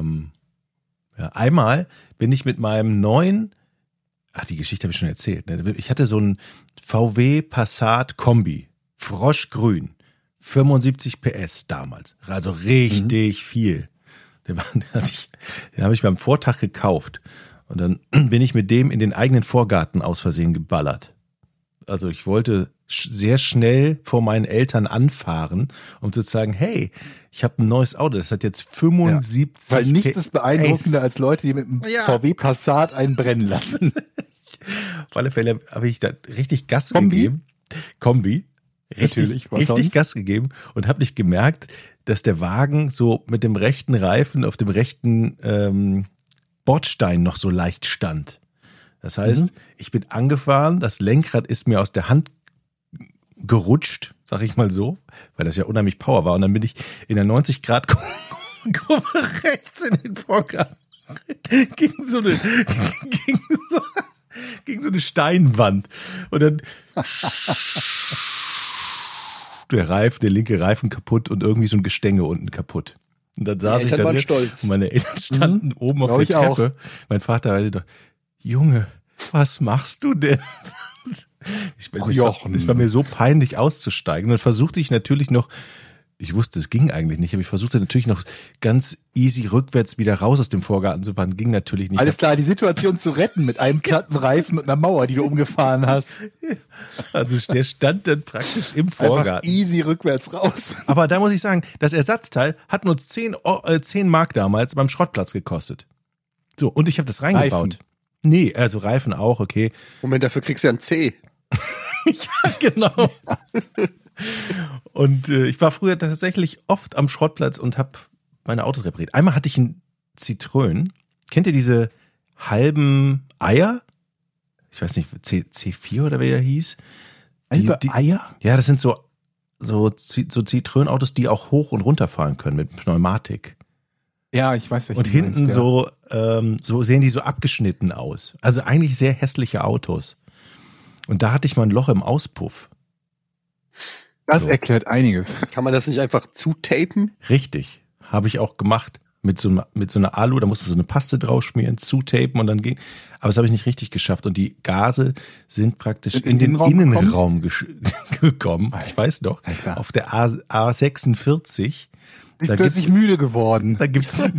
Ja, einmal bin ich mit meinem neuen, die Geschichte habe ich schon erzählt, ne? Ich hatte so einen VW Passat Kombi, Froschgrün, 75 PS damals, also richtig viel. Den habe ich beim Vortag gekauft und dann bin ich mit dem in den eigenen Vorgarten aus Versehen geballert. Also ich wollte sehr schnell vor meinen Eltern anfahren, um zu sagen, hey, ich habe ein neues Auto, das hat jetzt 75 Weil nichts ist beeindruckender PS. als Leute, die mit einem VW Passat einen brennen lassen. Auf alle Fälle habe ich da richtig Gas Kombi? gegeben. Kombi. Natürlich, was Richtig sonst? Gas gegeben und habe nicht gemerkt, dass der Wagen so mit dem rechten Reifen auf dem rechten Bordstein noch so leicht stand. Das heißt, ich bin angefahren, das Lenkrad ist mir aus der Hand gerutscht, sag ich mal so, weil das ja unheimlich Power war. Und dann bin ich in der 90-Grad-Kurve rechts in den Vorgarten gegen so eine Steinwand. Und dann der linke Reifen kaputt und irgendwie so ein Gestänge unten kaputt. Und dann saß ich da drin stolz. und meine Eltern standen oben auf Glaub der ich auch. Treppe. Mein Vater meinte doch, Junge, was machst du denn? Es war mir so peinlich auszusteigen. Und dann versuchte ich natürlich noch, ich wusste, es ging eigentlich nicht, aber ich versuchte natürlich noch ganz easy rückwärts wieder raus aus dem Vorgarten zu fahren. Ging natürlich nicht. Alles klar, die Situation zu retten mit einem platten Reifen und einer Mauer, die du umgefahren hast. Also der stand dann praktisch im Einfach Vorgarten. easy rückwärts raus. Aber da muss ich sagen, das Ersatzteil hat nur 10 Mark damals beim Schrottplatz gekostet. So, und ich habe das reingebaut. Reifen. Nee, also Reifen auch, okay. Moment, dafür kriegst du ja ein C. Ja, genau. Und ich war früher tatsächlich oft am Schrottplatz und habe meine Autos repariert. Einmal hatte ich einen Citroën. Kennt ihr diese halben Eier. Ich weiß nicht, C4 oder wie der hieß. Halbe Eier? Ja, das sind so Citroën-Autos, die auch hoch und runter fahren können mit Pneumatik. Ja, ich weiß, welche Und hinten so sehen die so abgeschnitten aus. Also eigentlich sehr hässliche Autos. Und da hatte ich mal ein Loch im Auspuff. Das erklärt einiges. Kann man das nicht einfach zutapen? Richtig, habe ich auch gemacht. Mit so einer Alu, da musste man so eine Paste drauf schmieren, zutapen und dann ging. Aber das habe ich nicht richtig geschafft. Und die Gase sind praktisch in den Innenraum gekommen. Ich weiß noch, auf der A46. Ich bin plötzlich müde geworden. Da gibt's einen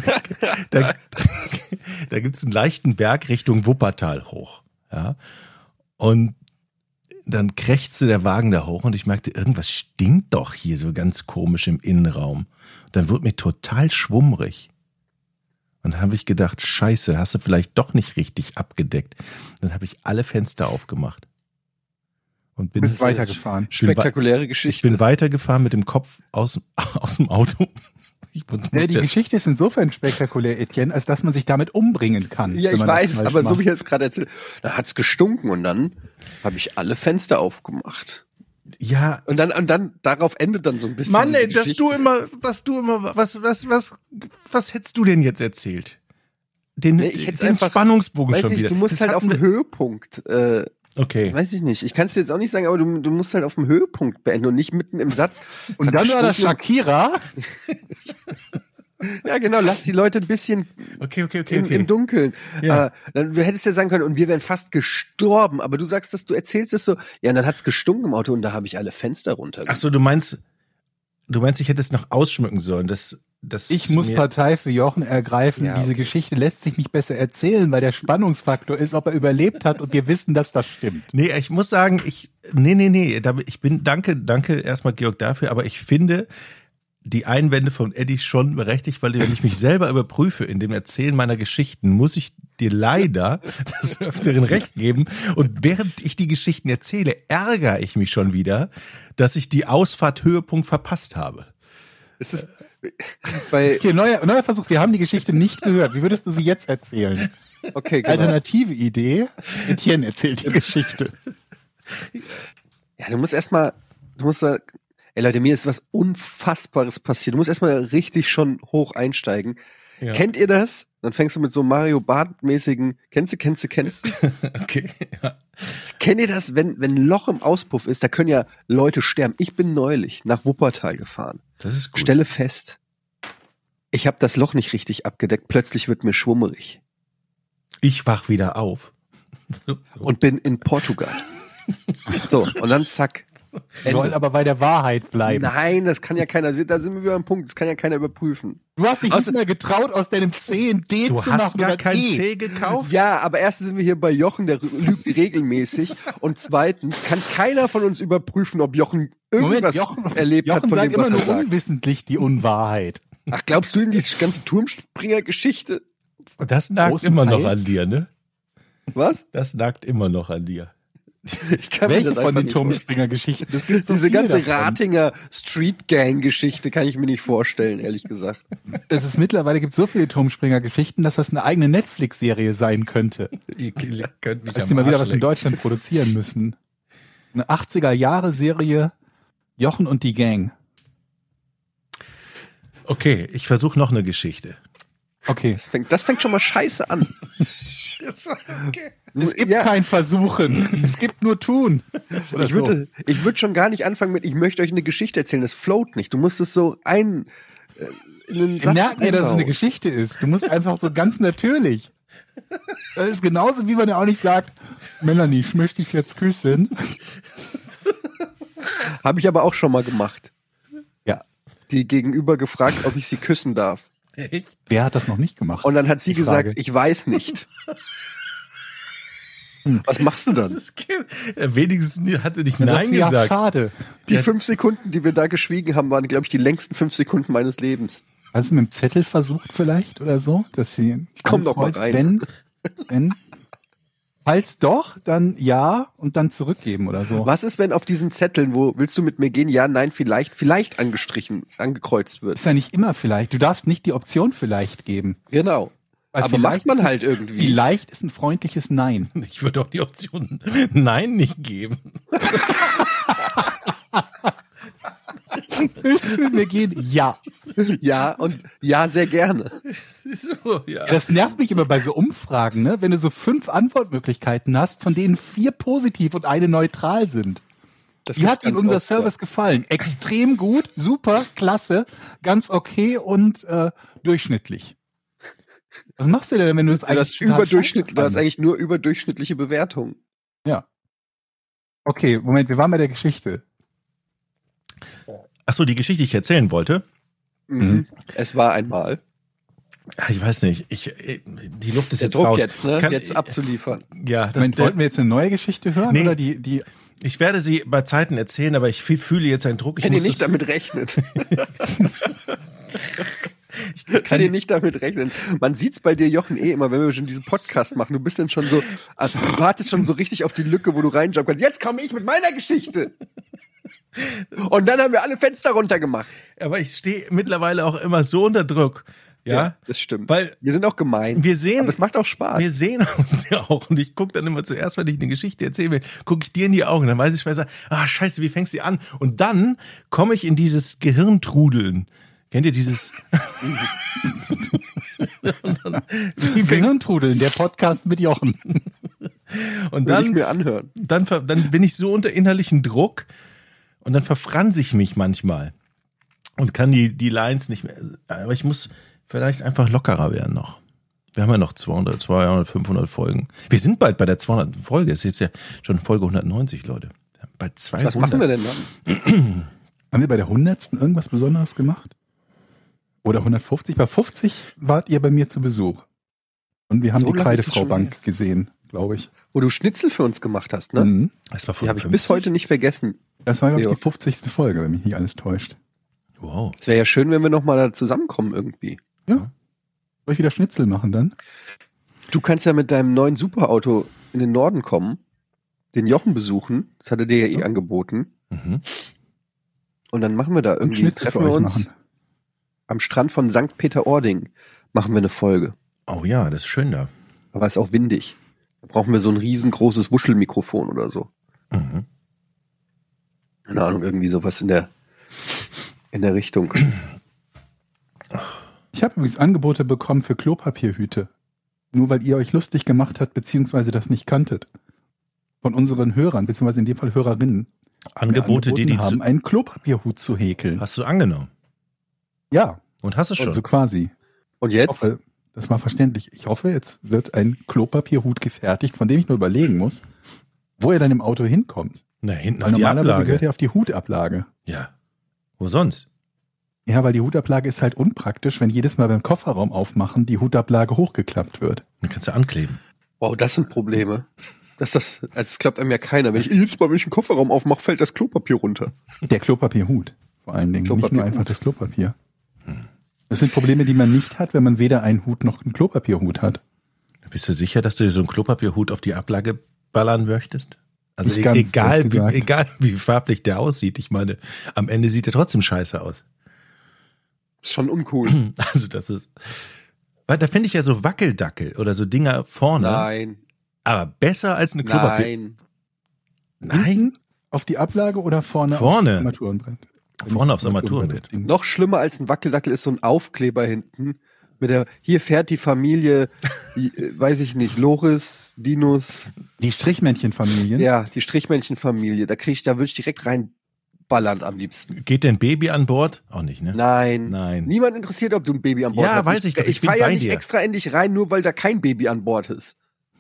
leichten Berg Richtung Wuppertal hoch. Ja. Und dann krächzte der Wagen da hoch und ich merkte, irgendwas stinkt doch hier so ganz komisch im Innenraum. Und dann wurde mir total schwummrig. Und dann habe ich gedacht, scheiße, hast du vielleicht doch nicht richtig abgedeckt. Dann habe ich alle Fenster aufgemacht. Und bin bist weitergefahren. Spektakuläre Geschichte. Ich bin weitergefahren mit dem Kopf aus dem Auto. Die Geschichte ist insofern spektakulär, Etienne, als dass man sich damit umbringen kann. Ja, ich weiß, aber so wie ich es gerade erzählt, da hat's gestunken und dann habe ich alle Fenster aufgemacht. Ja. Und dann darauf endet dann so ein bisschen. Mann, ey, dass du immer, was hättest du denn jetzt erzählt? Den einfach, Spannungsbogen schon wieder. Du musst halt auf dem Höhepunkt, okay. Weiß ich nicht. Ich kann es dir jetzt auch nicht sagen, aber du musst halt auf dem Höhepunkt beenden und nicht mitten im Satz. Und dann war das Shakira. Ja, genau. Lass die Leute ein bisschen im Dunkeln. Ja. Du hättest ja sagen können, und wir wären fast gestorben. Aber du sagst das, du erzählst es so. Ja, und dann hat's gestunken im Auto und da habe ich alle Fenster runter. Ach so, du meinst, ich hätte es noch ausschmücken sollen. Ich muss Partei für Jochen ergreifen. Ja, Diese Geschichte lässt sich nicht besser erzählen, weil der Spannungsfaktor ist, ob er überlebt hat und wir wissen, dass das stimmt. Nee, ich muss sagen, danke erstmal Georg dafür, aber ich finde die Einwände von Eddie schon berechtigt, weil wenn ich mich selber überprüfe in dem Erzählen meiner Geschichten, muss ich dir leider des Öfteren recht geben. Und während ich die Geschichten erzähle, ärgere ich mich schon wieder, dass ich die Ausfahrt Höhepunkt verpasst habe. Ist das bei Okay, neuer Versuch. Wir haben die Geschichte nicht gehört. Wie würdest du sie jetzt erzählen? Okay, genau. Alternative Idee. Etienne erzählt die Geschichte. Ja, du musst da, ey Leute, mir ist was Unfassbares passiert. Du musst erstmal richtig schon hoch einsteigen. Ja. Kennt ihr das? Dann fängst du mit so Mario Bart-mäßigen, kennst du? Okay, ja. Kennt ihr das, wenn ein Loch im Auspuff ist, da können ja Leute sterben. Ich bin neulich nach Wuppertal gefahren. Das ist gut. Stelle fest, ich habe das Loch nicht richtig abgedeckt. Plötzlich wird mir schwummerig. Ich wach wieder auf. So. Und bin in Portugal. So, und dann zack. Wir wollen aber bei der Wahrheit bleiben. Nein, das kann ja keiner sehen. Da sind wir wieder am Punkt. Das kann ja keiner überprüfen. Du hast dich nicht mehr getraut, aus deinem C ein D zu machen. Du hast gar oder kein E. C gekauft? Ja, aber erstens sind wir hier bei Jochen, der lügt regelmäßig. Und zweitens kann keiner von uns überprüfen, ob Jochen irgendwas erlebt hat von dem, was er sagt. Jochen sagt immer nur unwissentlich die Unwahrheit. Ach, glaubst du in diese ganze Turmspringer-Geschichte? Das nagt immer noch an dir, ne? Was? Das nagt immer noch an dir. Ich kann Welche mir das von den nicht Turmspringer-Geschichten? Das gibt so diese ganze davon. Ratinger Street-Gang-Geschichte kann ich mir nicht vorstellen, ehrlich gesagt. Mittlerweile gibt es so viele Turmspringer-Geschichten, dass das eine eigene Netflix-Serie sein könnte. Ihr könnt mich Dass sie mal wieder was in Deutschland produzieren müssen. Eine 80er-Jahre-Serie Jochen und die Gang. Okay, ich versuche noch eine Geschichte. Okay. Das fängt schon mal scheiße an. Okay. Es gibt kein Versuchen. Es gibt nur tun. Ich würde schon gar nicht anfangen mit, ich möchte euch eine Geschichte erzählen. Das float nicht. Du musst es so in einen Satz merkt mir, dass es eine einbauen. Geschichte ist. Du musst einfach so ganz natürlich. Das ist genauso, wie man ja auch nicht sagt, Melanie, ich möchte dich jetzt küssen. Habe ich aber auch schon mal gemacht. Ja. Die Gegenüber gefragt, ob ich sie küssen darf. Echt? Wer hat das noch nicht gemacht? Und dann hat sie Die Frage. gesagt, ich weiß nicht. Was machst du dann? Wenigstens hat sie nicht Dann Nein sagst du, ja, gesagt. schade. Die 5 Sekunden, die wir da geschwiegen haben, waren, glaube ich, die längsten 5 Sekunden meines Lebens. Hast du mit dem Zettel versucht vielleicht oder so? Dass sie Komm doch mal rein. Wenn. Falls doch, dann ja und dann zurückgeben oder so. Was ist, wenn auf diesen Zetteln, wo willst du mit mir gehen? Ja, nein, vielleicht angekreuzt wird? Ist ja nicht immer vielleicht. Du darfst nicht die Option vielleicht geben. Genau. Aber macht man halt irgendwie. Vielleicht ist ein freundliches Nein. Ich würde auch die Option Nein nicht geben. Willst du mir gehen? Ja. Ja, und ja, sehr gerne. Das ist so, ja. Das nervt mich immer bei so Umfragen, ne? Wenn du so 5 Antwortmöglichkeiten hast, von denen 4 positiv und eine neutral sind. Das Wie hat ist Ihnen ganz unser oft, Service gefallen? Extrem gut, super, klasse, ganz okay und durchschnittlich. Was machst du denn, wenn du das ja. eigentlich Du hast total eigentlich nur überdurchschnittliche Bewertungen. Ja. Okay, Moment, wir waren bei der Geschichte. Ach so, die Geschichte, die ich erzählen wollte. Mhm. Es war einmal. Ich weiß nicht. Die Luft ist Der jetzt Druck raus. jetzt, ne? Kann- Jetzt abzuliefern. Ja, Moment, wollten wir jetzt eine neue Geschichte hören? Nee. Oder die ich werde sie bei Zeiten erzählen, aber ich fühle jetzt einen Druck. Wenn ihr nicht damit rechnet. Kann ihr nicht damit rechnen. Man sieht's bei dir, Jochen, immer, wenn wir schon diesen Podcast machen. Du bist dann schon so, also du wartest schon so richtig auf die Lücke, wo du reinjumpen kannst. Jetzt komme ich mit meiner Geschichte. Und dann haben wir alle Fenster runtergemacht. Aber ich stehe mittlerweile auch immer so unter Druck. Ja, das stimmt. Weil wir sind auch gemein. wir sehen, aber es macht auch Spaß. wir sehen uns ja auch. Und ich gucke dann immer zuerst, wenn ich eine Geschichte erzählen will, gucke ich dir in die Augen. Dann weiß ich besser, scheiße, wie fängst du an? Und dann komme ich in dieses Gehirntrudeln. Kennt ihr dieses? Gehirntrudeln, der Podcast mit Jochen. Und Will ich dann, mir anhören. dann bin ich so unter innerlichen Druck und dann verfranse ich mich manchmal und kann die Lines nicht mehr. Aber ich muss vielleicht einfach lockerer werden noch. Wir haben ja noch 200, 500 Folgen. Wir sind bald bei der 200. Folge. Es ist jetzt ja schon Folge 190, Leute. Bald 200. Was machen wir denn dann? Haben wir bei der 100. irgendwas Besonderes gemacht? Oder 150? Bei 50 wart ihr bei mir zu Besuch. Und wir haben So die lange ist es schon Kreidefrau-Bank gesehen, glaube ich. Wo du Schnitzel für uns gemacht hast, ne? Mhm. Das war Die Folge habe ich 50. bis heute nicht vergessen. Das war, glaube ich, Jo. die 50. Folge, wenn mich nicht alles täuscht. Wow. Es wäre ja schön, wenn wir nochmal da zusammenkommen irgendwie. Ja. Soll ich wieder Schnitzel machen dann? Du kannst ja mit deinem neuen Superauto in den Norden kommen, den Jochen besuchen. Das hat er dir ja angeboten. Mhm. Und dann machen wir da irgendwie, Schnitzel für treffen wir euch uns machen. am Strand von St. Peter-Ording. Machen wir eine Folge. Oh ja, das ist schön da. Aber es ist auch windig. Da brauchen wir so ein riesengroßes Wuschelmikrofon oder so. Mhm. Keine Ahnung, irgendwie sowas in der Richtung. Ich habe übrigens Angebote bekommen für Klopapierhüte. Nur weil ihr euch lustig gemacht habt, beziehungsweise das nicht kanntet. Von unseren Hörern, beziehungsweise in dem Fall Hörerinnen. Angebote, mir die angeboten haben, einen Klopapierhut zu häkeln. hast du angenommen. Ja, Und hast es schon. also quasi. Und Ich jetzt? hoffe, das war verständlich. Ich hoffe, jetzt wird ein Klopapierhut gefertigt, von dem ich nur überlegen muss, wo er dann im Auto hinkommt. Na, hinten Weil auf die normalerweise Ablage. gehört er auf die Hutablage. Ja. Wo sonst? Ja, weil die Hutablage ist halt unpraktisch, wenn jedes Mal beim Kofferraum aufmachen die Hutablage hochgeklappt wird. Dann kannst du ankleben. Wow, das sind Probleme. Also es klappt einem ja keiner. Wenn ich jedes Mal, wenn ich einen Kofferraum aufmache, fällt das Klopapier runter. Der Klopapierhut vor allen Dingen, nicht nur Klopapierhut. einfach das Klopapier. Das sind Probleme, die man nicht hat, wenn man weder einen Hut noch einen Klopapierhut hat. Bist du sicher, dass du dir so einen Klopapierhut auf die Ablage ballern möchtest? Also Nicht ganz, ehrlich gesagt. egal wie farblich der aussieht. Ich meine, am Ende sieht er trotzdem scheiße aus. Ist schon uncool. Also das ist, weil da finde ich ja so Wackeldackel oder so Dinger vorne. Nein. Aber besser als eine Klopapier. Nein. Nein. Auf die Ablage oder vorne, Vorne. aufs Armaturenbrett? Vorne aufs Armaturenbrett. Noch schlimmer als ein Wackeldackel ist so ein Aufkleber hinten. Mit der, hier fährt die Familie, weiß ich nicht, Loris, Dinos, Die Strichmännchenfamilien. ja, die Strichmännchenfamilie. Da würde ich direkt reinballern am liebsten. Geht denn Baby an Bord? Auch nicht, ne? Nein. Nein. Niemand interessiert, ob du ein Baby an Bord Ja, hast. weiß ich doch, ich Ich bin fahre ja bei nicht dir. extra in dich rein, nur weil da kein Baby an Bord ist.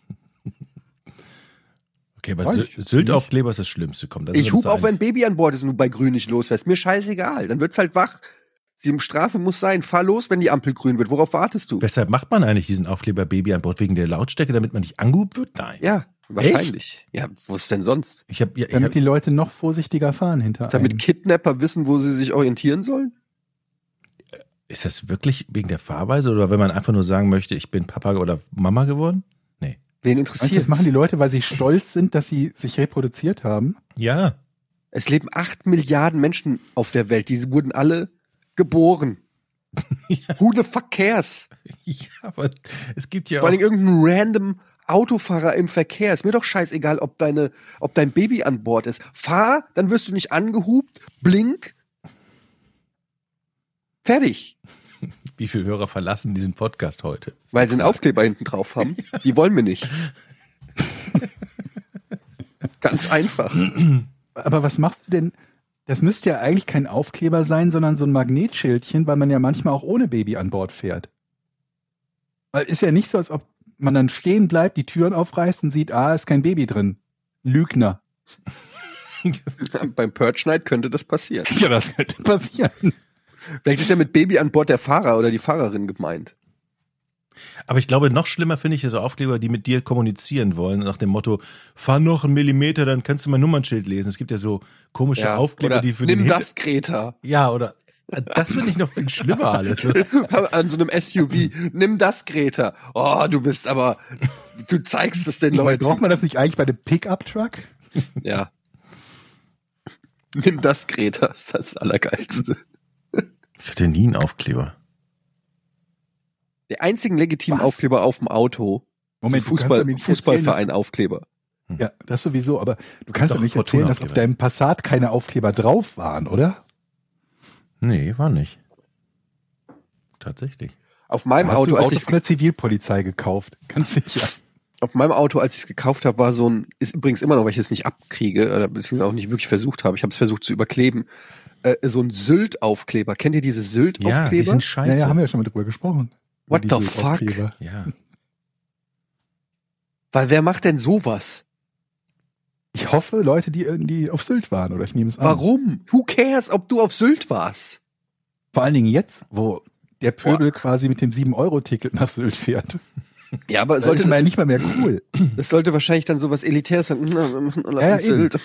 Okay, aber Weiß ich jetzt Sylt-Aufkleber ist das Schlimmste. Kommt. Ich hub auch, wenn Baby an Bord ist und du bei grün nicht losfährst. Mir scheißegal. Dann wird's halt wach. Die Strafe muss sein. Fahr los, wenn die Ampel grün wird. Worauf wartest du? Weshalb macht man eigentlich diesen Aufkleber Baby an Bord? Wegen der Lautstärke, damit man nicht angehupt wird? Nein. Ja, wahrscheinlich. Ja, wo ist denn sonst? Ich hab, Damit die Leute noch vorsichtiger fahren hinter Damit einem. Kidnapper wissen, wo sie sich orientieren sollen? ist das wirklich wegen der Fahrweise oder wenn man einfach nur sagen möchte, ich bin Papa oder Mama geworden? Nee. Wen Meinst du, interessiert das machen die Leute, weil sie stolz sind, dass sie sich reproduziert haben? Ja. Es leben 8 Milliarden Menschen auf der Welt. Die wurden alle geboren. Who the fuck cares? Ja, aber es gibt ja Vor auch... allem irgendein random Autofahrer im Verkehr. Ist mir doch scheißegal, ob dein Baby an Bord ist. Fahr, dann wirst du nicht angehupt, blink. Fertig. Wie viele Hörer verlassen diesen Podcast heute? Weil sie einen Aufkleber hinten drauf haben. Die wollen wir nicht. Ganz einfach. Aber was machst du denn? Das müsste ja eigentlich kein Aufkleber sein, sondern so ein Magnetschildchen, weil man ja manchmal auch ohne Baby an Bord fährt. Weil ist ja nicht so, als ob man dann stehen bleibt, die Türen aufreißt und sieht, ist kein Baby drin. Lügner. Beim Purge Night könnte das passieren. Ja, das könnte passieren. Vielleicht ist ja mit Baby an Bord der Fahrer oder die Fahrerin gemeint. Aber ich glaube, noch schlimmer finde ich ja so Aufkleber, die mit dir kommunizieren wollen, nach dem Motto, fahr noch 1 Millimeter, dann kannst du mein Nummernschild lesen. Es gibt ja so komische Aufkleber, oder die für nimm den das, Greta. Ja, oder das finde ich noch viel schlimmer alles. An so einem SUV. Nimm das, Greta. Oh, du zeigst es den Leuten. Braucht man das nicht eigentlich bei dem Pickup-Truck? Ja. Nimm das, Greta. Das ist das Allergeilste. Ich hatte nie einen Aufkleber. Der einzigen legitimen Aufkleber auf dem Auto Moment, ist ein Fußballverein-Aufkleber. Ja, das sowieso, aber du kannst Doch, doch nicht erzählen, dass auf deinem Passat keine Aufkleber drauf waren, oder? Nee, war nicht. Tatsächlich. Auf meinem Hast Auto, du als Autos ich von der Zivilpolizei gekauft? Ganz sicher. Auf meinem Auto, als ich es gekauft habe, war ist übrigens immer noch, weil ich es nicht abkriege, oder beziehungsweise auch nicht wirklich versucht habe, ich habe es versucht zu überkleben, so ein Sylt-Aufkleber. Kennt ihr diese Sylt-Aufkleber? Ja, die sind scheiße. Ja, haben wir ja schon mal drüber gesprochen. What Über the diese fuck? Aufkleber. Ja. Weil wer macht denn sowas? Ich hoffe, Leute, die irgendwie auf Sylt waren, oder ich nehme es an. Warum? Who cares, ob du auf Sylt warst? Vor allen Dingen jetzt, wo der Pöbel quasi mit dem 7-Euro-Ticket nach Sylt fährt. Ja, aber Sollte man ja nicht mal mehr cool. das sollte wahrscheinlich dann sowas Elitäres sein. Ja, Sylt.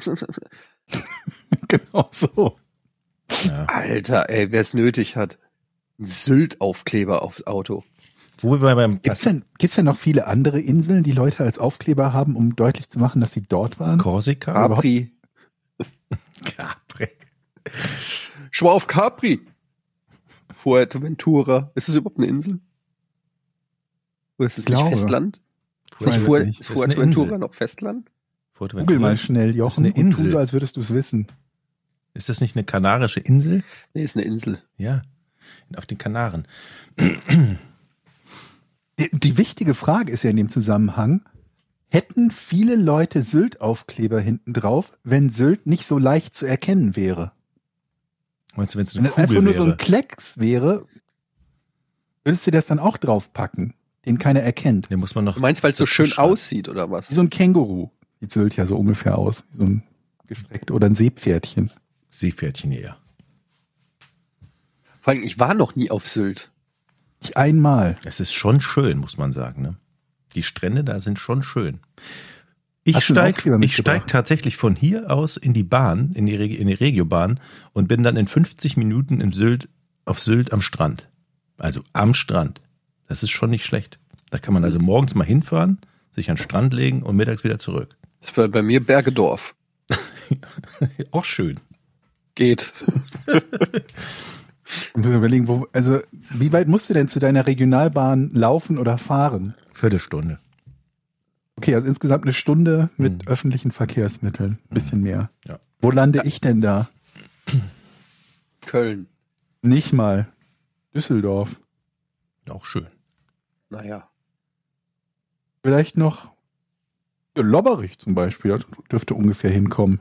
Genau so. Ja. Alter, ey, wer es nötig hat. Ein Sylt-Aufkleber aufs Auto. Wo wir beim Gibt's denn noch viele andere Inseln, die Leute als Aufkleber haben, um deutlich zu machen, dass sie dort waren? Korsika? Capri. Capri. Schau auf Capri. Fuerteventura. Ist das überhaupt eine Insel? Oder ist es nicht glaube. Festland? Ich weiß es nicht. Ist Das ist eine Fuerteventura Insel. noch Festland? Google mal schnell, Jochen, eine und tu Insel. so, als würdest du es wissen. Ist das nicht eine kanarische Insel? Nee, ist eine Insel. Ja, auf den Kanaren. Die wichtige Frage ist ja in dem Zusammenhang, hätten viele Leute Sylt-Aufkleber hinten drauf, wenn Sylt nicht so leicht zu erkennen wäre? Meinst du, wenn es Wenn eine das einfach Kugel nur so wäre? ein Klecks wäre, würdest du das dann auch draufpacken, den keiner erkennt? Den muss man noch. Du meinst, weil es so schön beschreiben. aussieht, oder was? Wie so ein Känguru. Sieht Sylt ja so ungefähr aus. Wie so ein gestreckt oder ein Seepferdchen. Seepferdchen eher. Vor allem, ich war noch nie auf Sylt. Ich einmal. Es ist schon schön, muss man sagen. Ne? Die Strände da sind schon schön. Ich Hast du einen Aufkleber steig mitgebracht? tatsächlich von hier aus in die Bahn, in die Regiobahn und bin dann in 50 Minuten auf Sylt am Strand. Also am Strand. Das ist schon nicht schlecht. Da kann man also morgens mal hinfahren, sich an den Strand legen und mittags wieder zurück. Das war bei mir Bergedorf. Auch schön. Geht. Und wir überlegen, wie weit musst du denn zu deiner Regionalbahn laufen oder fahren? Viertelstunde. Okay, also insgesamt eine Stunde mit öffentlichen Verkehrsmitteln. Bisschen mehr. Ja. Wo lande ich denn da? Köln. Nicht mal. Düsseldorf. Auch schön. Naja. Vielleicht noch Lobberich zum Beispiel. Da dürfte ungefähr hinkommen.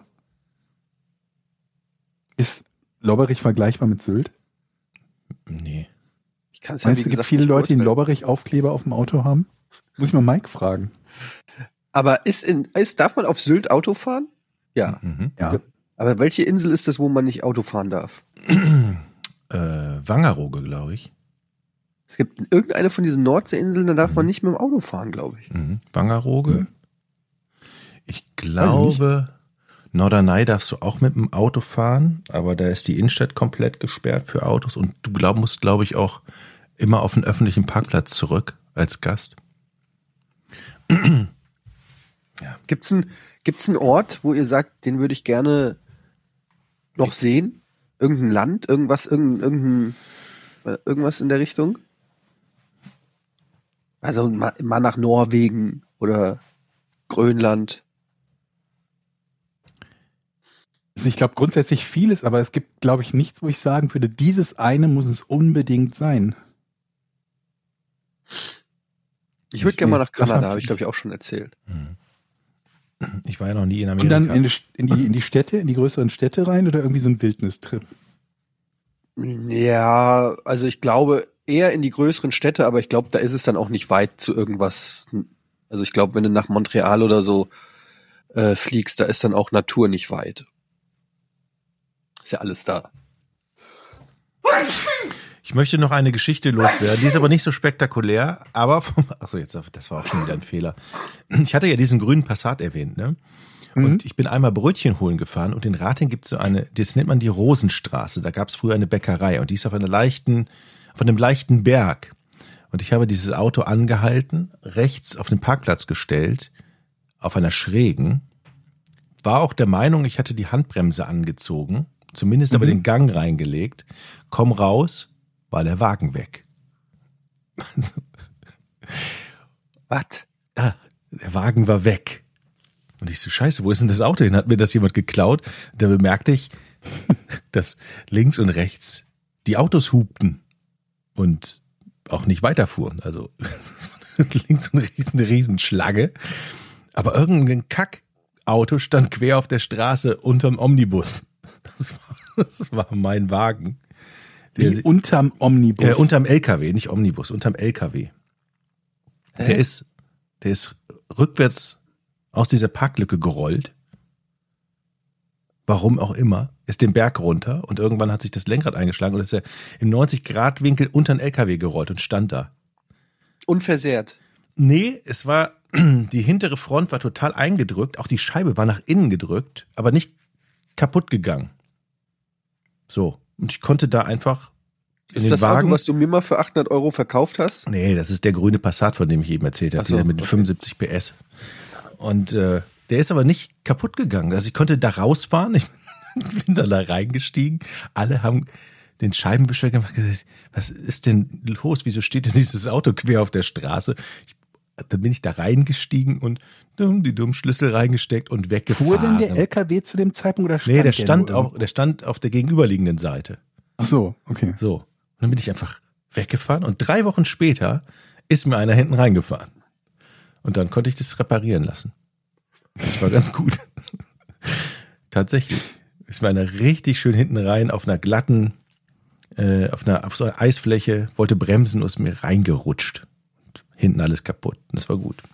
Ist Lobberich vergleichbar mit Sylt? Nee. Ich kann's Meinst du, es gibt viele nicht Leute, die einen beurteilen. Lobberich-Aufkleber auf dem Auto haben? Muss ich mal Mike fragen. Aber darf man auf Sylt Auto fahren? Ja. Mhm. Ja. Aber welche Insel ist das, wo man nicht Auto fahren darf? Wangerooge, glaube ich. Es gibt irgendeine von diesen Nordseeinseln, da darf man nicht mit dem Auto fahren, glaube ich. Mhm. Wangerooge. Mhm. Ich glaube, Norderney darfst du auch mit dem Auto fahren, aber da ist die Innenstadt komplett gesperrt für Autos und du musst, glaube ich, auch immer auf einen öffentlichen Parkplatz zurück als Gast. Gibt's einen Ort, wo ihr sagt, den würde ich gerne noch sehen? Irgendein Land? Irgendwas? Irgendein Irgendwas in der Richtung? Also mal nach Norwegen oder Grönland. Also ich glaube grundsätzlich vieles, aber es gibt, glaube ich, nichts, wo ich sagen würde, dieses eine muss es unbedingt sein. Ich würde gerne mal nach Was Kanada, hab habe ich glaube ich auch schon erzählt. Ich war ja noch nie in Und Amerika. dann in die Städte, in die größeren Städte rein oder irgendwie so ein Wildnistrip? Ja, also ich glaube eher in die größeren Städte, aber ich glaube, da ist es dann auch nicht weit zu irgendwas. Also ich glaube, wenn du nach Montreal oder so fliegst, da ist dann auch Natur nicht weit. Ist ja alles da. Ich möchte noch eine Geschichte loswerden. Die ist aber nicht so spektakulär, aber das war auch schon wieder ein Fehler. Ich hatte ja diesen grünen Passat erwähnt, ne? Und ich bin einmal Brötchen holen gefahren und in Ratingen gibt es so das nennt man die Rosenstraße. Da gab es früher eine Bäckerei und die ist auf einem leichten Berg. Und ich habe dieses Auto angehalten, rechts auf den Parkplatz gestellt, auf einer schrägen. War auch der Meinung, ich hatte die Handbremse angezogen, zumindest aber den Gang reingelegt. Komm raus, war der Wagen weg. Was? Ah, der Wagen war weg. Und ich so, scheiße, wo ist denn das Auto hin? Hat mir das jemand geklaut? Da bemerkte ich, dass links und rechts die Autos hupten und auch nicht weiterfuhren. Also links und rechts eine Riesenschlange. Aber irgendein Kackauto stand quer auf der Straße unterm Omnibus. Das war mein Wagen. Wie unterm Omnibus? Unterm LKW, nicht Omnibus, unterm LKW. Der ist rückwärts aus dieser Parklücke gerollt. Warum auch immer. Ist den Berg runter und irgendwann hat sich das Lenkrad eingeschlagen und ist er im 90-Grad-Winkel unter den LKW gerollt und stand da. Unversehrt. Nee, die hintere Front war total eingedrückt, auch die Scheibe war nach innen gedrückt, aber nicht kaputt gegangen. So, und ich konnte da einfach in Ist den das Wagen, Auto, was du mir mal für 800 € verkauft hast? Nee, das ist der grüne Passat, von dem ich eben erzählt habe, Ach so, dieser mit okay. 75 PS. Und der ist aber nicht kaputt gegangen. Also ich konnte da rausfahren, ich bin dann da reingestiegen. Alle haben den Scheibenwischer gemacht, gesagt, was ist denn los? Wieso steht denn dieses Auto quer auf der Straße? Dann bin ich da reingestiegen und die Schlüssel reingesteckt und weggefahren. Fuhr denn der LKW zu dem Zeitpunkt oder stand Nee, der nur stand auf der gegenüberliegenden Seite. Ach so, okay. So. Und dann bin ich einfach weggefahren und 3 Wochen später ist mir einer hinten reingefahren. Und dann konnte ich das reparieren lassen. Das war ganz gut. Tatsächlich. Ist mir einer richtig schön hinten rein auf einer glatten, auf so einer Eisfläche, wollte bremsen und ist mir reingerutscht. Und hinten alles kaputt. Das war gut.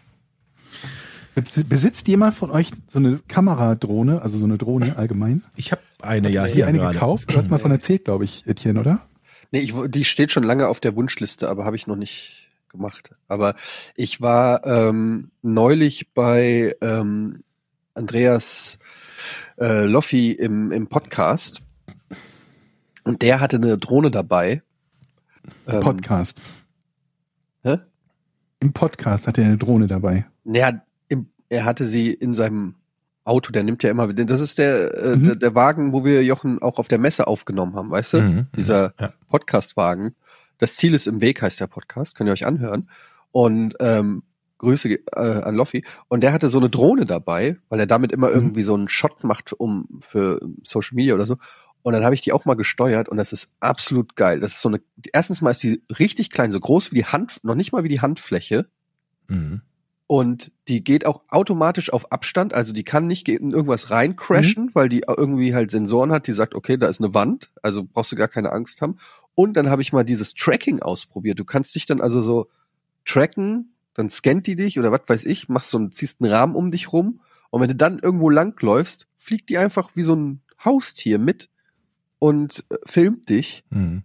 Besitzt jemand von euch so eine Kameradrohne, also so eine Drohne allgemein? Ich habe eine Hast du hier eine gerade. gekauft? Du hast mal von erzählt, glaube ich, Etienne, oder? Nee, die steht schon lange auf der Wunschliste, aber habe ich noch nicht gemacht. Aber ich war neulich bei Andreas Loffi im Podcast und der hatte eine Drohne dabei. Podcast. Hä? Im Podcast hat er eine Drohne dabei. Naja, er hatte sie in seinem Auto, der nimmt ja immer, das ist der Wagen, wo wir Jochen auch auf der Messe aufgenommen haben, weißt du? Dieser Podcast-Wagen. Das Ziel ist im Weg, heißt der Podcast, könnt ihr euch anhören. Und Grüße an Loffi. Und der hatte so eine Drohne dabei, weil er damit immer irgendwie so einen Shot macht für Social Media oder so. Und dann habe ich die auch mal gesteuert und das ist absolut geil. Das ist so erstens mal ist die richtig klein, so groß wie die Hand, noch nicht mal wie die Handfläche. Mhm. Und die geht auch automatisch auf Abstand, also die kann nicht in irgendwas reincrashen, weil die irgendwie halt Sensoren hat, die sagt, okay, da ist eine Wand, also brauchst du gar keine Angst haben. Und dann habe ich mal dieses Tracking ausprobiert. Du kannst dich dann also so tracken, dann scannt die dich oder was weiß ich, ziehst einen Rahmen um dich rum und wenn du dann irgendwo langläufst, fliegt die einfach wie so ein Haustier mit und filmt dich. Mhm.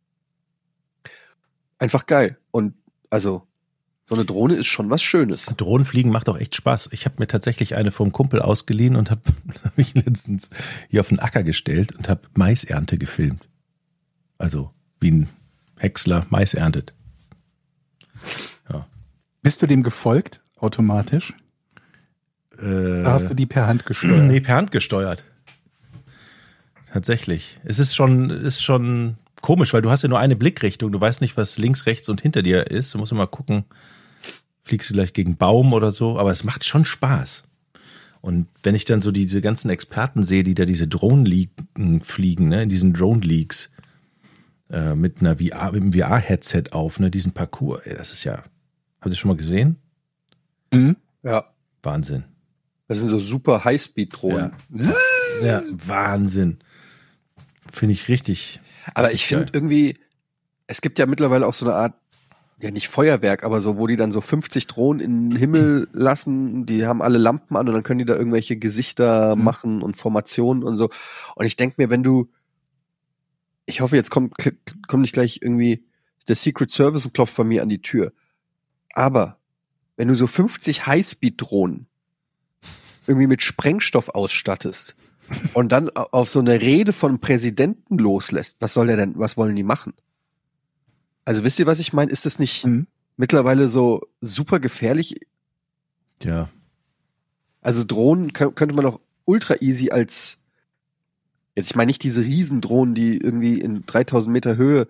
Einfach geil. Und also so eine Drohne ist schon was Schönes. Drohnenfliegen macht auch echt Spaß. Ich habe mir tatsächlich eine vom Kumpel ausgeliehen und habe mich letztens hier auf den Acker gestellt und habe Maisernte gefilmt. Also wie ein Häcksler Mais erntet. Ja. Bist du dem gefolgt, automatisch? Oder hast du die per Hand gesteuert? Nee, per Hand gesteuert. Tatsächlich. Es ist schon komisch, weil du hast ja nur eine Blickrichtung. Du weißt nicht, was links, rechts und hinter dir ist. Du musst immer gucken, fliegst du gleich gegen Baum oder so. Aber es macht schon Spaß. Und wenn ich dann so diese ganzen Experten sehe, die da diese Drohnen fliegen, ne, in diesen Drone-Leaks, mit einem VR-Headset auf, ne, diesen Parcours, ey, das ist ja, habt ihr schon mal gesehen? Mhm. Ja. Wahnsinn. Das sind so super Highspeed-Drohnen. Ja, Wahnsinn. Finde ich richtig. Aber ich finde irgendwie, es gibt ja mittlerweile auch so eine Art, ja nicht Feuerwerk, aber so, wo die dann so 50 Drohnen in den Himmel lassen, die haben alle Lampen an und dann können die da irgendwelche Gesichter machen und Formationen und so. Und ich denke mir, ich hoffe, jetzt kommt nicht gleich irgendwie der Secret Service und klopft bei mir an die Tür. Aber wenn du so 50 Highspeed-Drohnen irgendwie mit Sprengstoff ausstattest und dann auf so eine Rede von einem Präsidenten loslässt, was wollen die machen? Also wisst ihr, was ich meine? Ist das nicht mittlerweile so super gefährlich? Ja. Also Drohnen könnte man auch ultra easy jetzt ich meine nicht diese Riesendrohnen, die irgendwie in 3000 Meter Höhe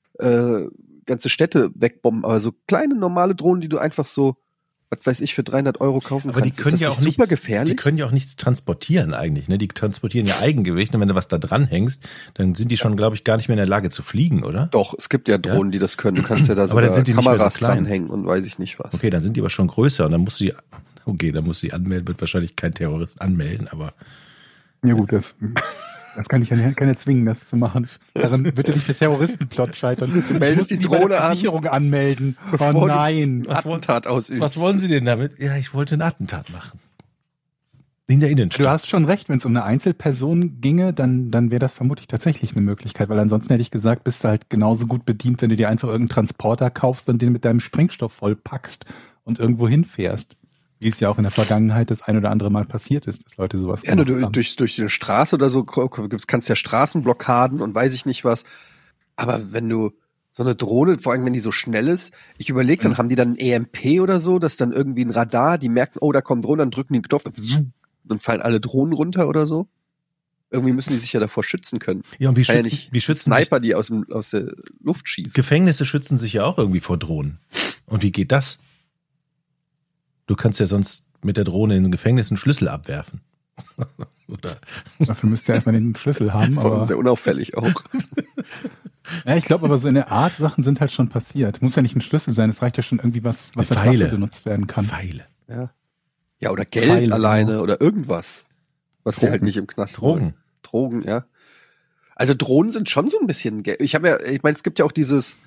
ganze Städte wegbomben, aber so kleine normale Drohnen, die du einfach so, was weiß ich, für 300 € kaufen aber kannst. Die können ja auch super gefährlich. Die können ja auch nichts transportieren eigentlich, ne? Die transportieren ja Eigengewicht und wenn du was da dran hängst, dann sind die schon, glaube ich, gar nicht mehr in der Lage zu fliegen, oder? Doch, es gibt ja Drohnen, die das können. Du kannst ja da Aber dann sogar sind die nicht mehr so Kameras klein. dranhängen und weiß ich nicht was. Okay, dann sind die aber schon größer und dann musst du die anmelden, wird wahrscheinlich kein Terrorist anmelden, aber Ja gut, das kann ich ja keiner zwingen, das zu machen. Daran wird ja nicht der Terroristenplot scheitern. Du meldest die Drohne an. Versicherung anmelden. Oh Bevor nein. du Attentat ausübst. was wollen Sie denn damit? Ja, ich wollte ein Attentat machen. In der Innenstadt. Du hast schon recht, wenn es um eine Einzelperson ginge, dann wäre das vermutlich tatsächlich eine Möglichkeit, weil ansonsten hätte ich gesagt, bist du halt genauso gut bedient, wenn du dir einfach irgendeinen Transporter kaufst und den mit deinem Sprengstoff vollpackst und irgendwo hinfährst. Wie es ja auch in der Vergangenheit das ein oder andere Mal passiert ist, dass Leute sowas Ja, durch die Straße oder so kannst ja Straßenblockaden und weiß ich nicht was. Aber wenn du so eine Drohne, vor allem wenn die so schnell ist, ich überlege, dann haben die dann ein EMP oder so, dass dann irgendwie ein Radar, die merken, oh, da kommt Drohne, dann drücken die einen Knopf, dann fallen alle Drohnen runter oder so. Irgendwie müssen die sich ja davor schützen können. Ja, und wie schützen Sniper, die aus der Luft schießen. Gefängnisse schützen sich ja auch irgendwie vor Drohnen. Und wie geht das? Du kannst ja sonst mit der Drohne in den Gefängnis einen Schlüssel abwerfen. Oder? Dafür müsst ihr erstmal den Schlüssel haben. Das war Aber sehr unauffällig auch. ja, ich glaube, aber so eine Art Sachen sind halt schon passiert. Muss ja nicht ein Schlüssel sein, es reicht ja schon irgendwie was als Pfeile. Waffe benutzt werden kann. Pfeile. Ja, oder Geld Pfeile, alleine genau. oder irgendwas. Was die Drogen. halt nicht im Knast Drogen. wollen. Drogen, ja. Also Drohnen sind schon so ein bisschen ich meine, es gibt ja auch dieses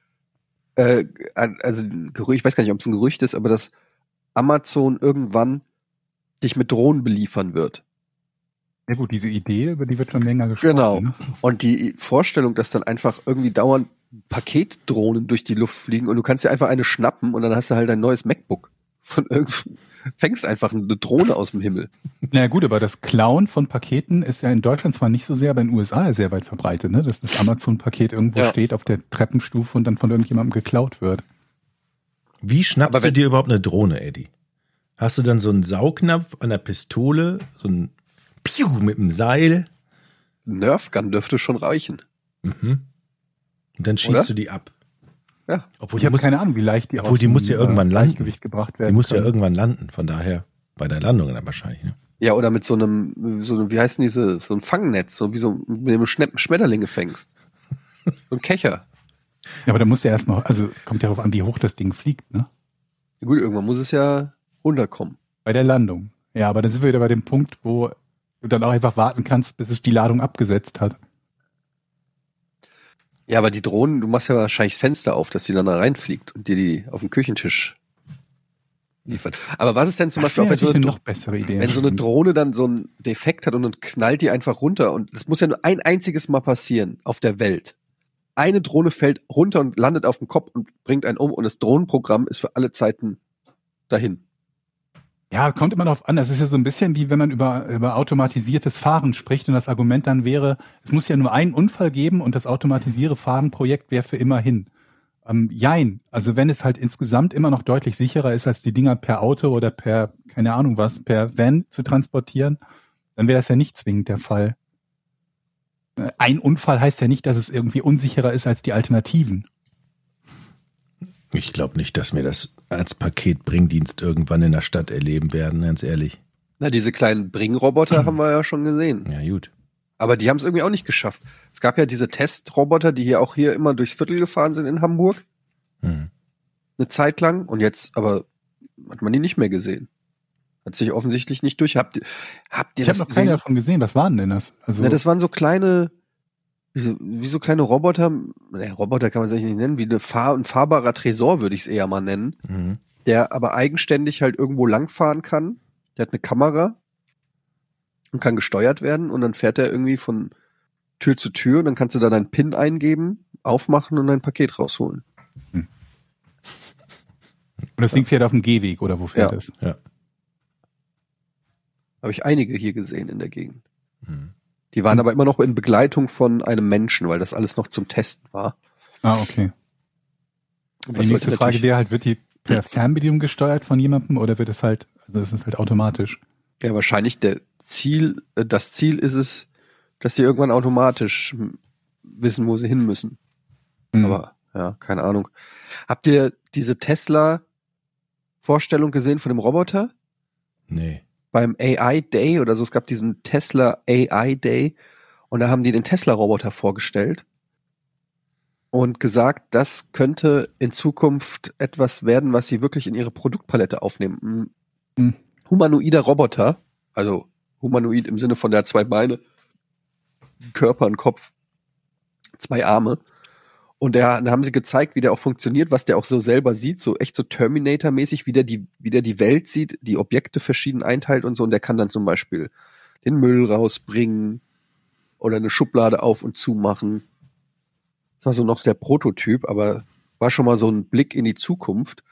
also Gerücht, ich weiß gar nicht, ob es ein Gerücht ist, aber dass Amazon irgendwann dich mit Drohnen beliefern wird. Ja gut, diese Idee, über die wird schon länger gesprochen. Genau. Ne? Und die Vorstellung, dass dann einfach irgendwie dauernd Paketdrohnen durch die Luft fliegen und du kannst dir einfach eine schnappen und dann hast du halt ein neues MacBook. Fängst einfach eine Drohne aus dem Himmel. Na gut, aber das Klauen von Paketen ist ja in Deutschland zwar nicht so sehr, aber in den USA sehr weit verbreitet, ne? Dass das Amazon-Paket irgendwo steht auf der Treppenstufe und dann von irgendjemandem geklaut wird. Wie schnappst du dir überhaupt eine Drohne, Eddie? Hast du dann so einen Saugnapf an der Pistole, so ein Piu mit einem Seil? Nerfgun dürfte schon reichen. Mhm. Und dann schießt du die ab. Ja. Obwohl Ich habe keine Ahnung, wie leicht die obwohl die muss ja irgendwann landen. Gleichgewicht gebracht werden. Die muss ja können. irgendwann landen, von daher bei der Landung dann wahrscheinlich. Ne? Ja, oder mit so einem, wie heißen diese, so ein Fangnetz, so wie so mit dem Schmetterlinge fängst. So ein Kescher. Ja, aber da muss ja erstmal, also kommt ja darauf an, wie hoch das Ding fliegt, ne? Ja, gut, irgendwann muss es ja runterkommen. Bei der Landung. Ja, aber dann sind wir wieder bei dem Punkt, wo du dann auch einfach warten kannst, bis es die Ladung abgesetzt hat. Ja, aber die Drohnen, du machst ja wahrscheinlich das Fenster auf, dass die dann da reinfliegt und dir die auf den Küchentisch liefert. Aber was ist denn zum Beispiel auch, eine noch bessere Idee. wenn so eine Drohne dann so einen Defekt hat und dann knallt die einfach runter und das muss ja nur ein einziges Mal passieren auf der Welt. Eine Drohne fällt runter und landet auf dem Kopf und bringt einen um und das Drohnenprogramm ist für alle Zeiten dahin. Ja, kommt immer darauf an. Das ist ja so ein bisschen wie wenn man über automatisiertes Fahren spricht und das Argument dann wäre, es muss ja nur einen Unfall geben und das automatisierte Fahren-Projekt wäre für immer hin. Jein. Also wenn es halt insgesamt immer noch deutlich sicherer ist, als die Dinger per Auto oder per, keine Ahnung was, per Van zu transportieren, dann wäre das ja nicht zwingend der Fall. Ein Unfall heißt ja nicht, dass es irgendwie unsicherer ist als die Alternativen. Ich glaube nicht, dass wir das als Paketbringdienst irgendwann in der Stadt erleben werden, ganz ehrlich. Na, diese kleinen Bringroboter haben wir ja schon gesehen. Ja, gut. Aber die haben es irgendwie auch nicht geschafft. Es gab ja diese Testroboter, die hier immer durchs Viertel gefahren sind in Hamburg. Hm. Eine Zeit lang. Und jetzt aber hat man die nicht mehr gesehen. Hat sich offensichtlich nicht durch. Habt ihr Ich das habe noch gesehen? keine davon gesehen. Was waren denn das? Also, Na, das waren so kleine, wie so kleine Roboter. Roboter kann man sich nicht nennen. Wie ein fahrbarer Tresor würde ich es eher mal nennen. Mhm. Der aber eigenständig halt irgendwo langfahren kann. Der hat eine Kamera und kann gesteuert werden. Und dann fährt er irgendwie von Tür zu Tür. Und dann kannst du da deinen PIN eingeben, aufmachen und dein Paket rausholen. und das Ding fährt auf dem Gehweg oder wo fährt Ja. es? Ja. Habe ich einige hier gesehen in der Gegend. Mhm. Die waren aber immer noch in Begleitung von einem Menschen, weil das alles noch zum Testen war. Ah, okay. Und Die was nächste heute Frage natürlich- wäre halt, wird die per Fernbedienung gesteuert von jemandem oder wird es halt, also ist es halt automatisch? Ja, wahrscheinlich das Ziel ist es, dass sie irgendwann automatisch wissen, wo sie hin müssen. Hm. Aber, ja, keine Ahnung. Habt ihr diese Tesla-Vorstellung gesehen von dem Roboter? Nee. Beim AI Day oder so, es gab diesen Tesla AI Day und da haben die den Tesla-Roboter vorgestellt und gesagt, das könnte in Zukunft etwas werden, was sie wirklich in ihre Produktpalette aufnehmen. Ein humanoider Roboter, also humanoid im Sinne von der hat 2 Beine, Körper, einen Kopf, 2 Arme. Und da haben sie gezeigt, wie der auch funktioniert, was der auch so selber sieht, so echt so Terminator-mäßig, wie der die Welt sieht, die Objekte verschieden einteilt und so. Und der kann dann zum Beispiel den Müll rausbringen oder eine Schublade auf und zu machen. Das war so noch der Prototyp, aber war schon mal so ein Blick in die Zukunft.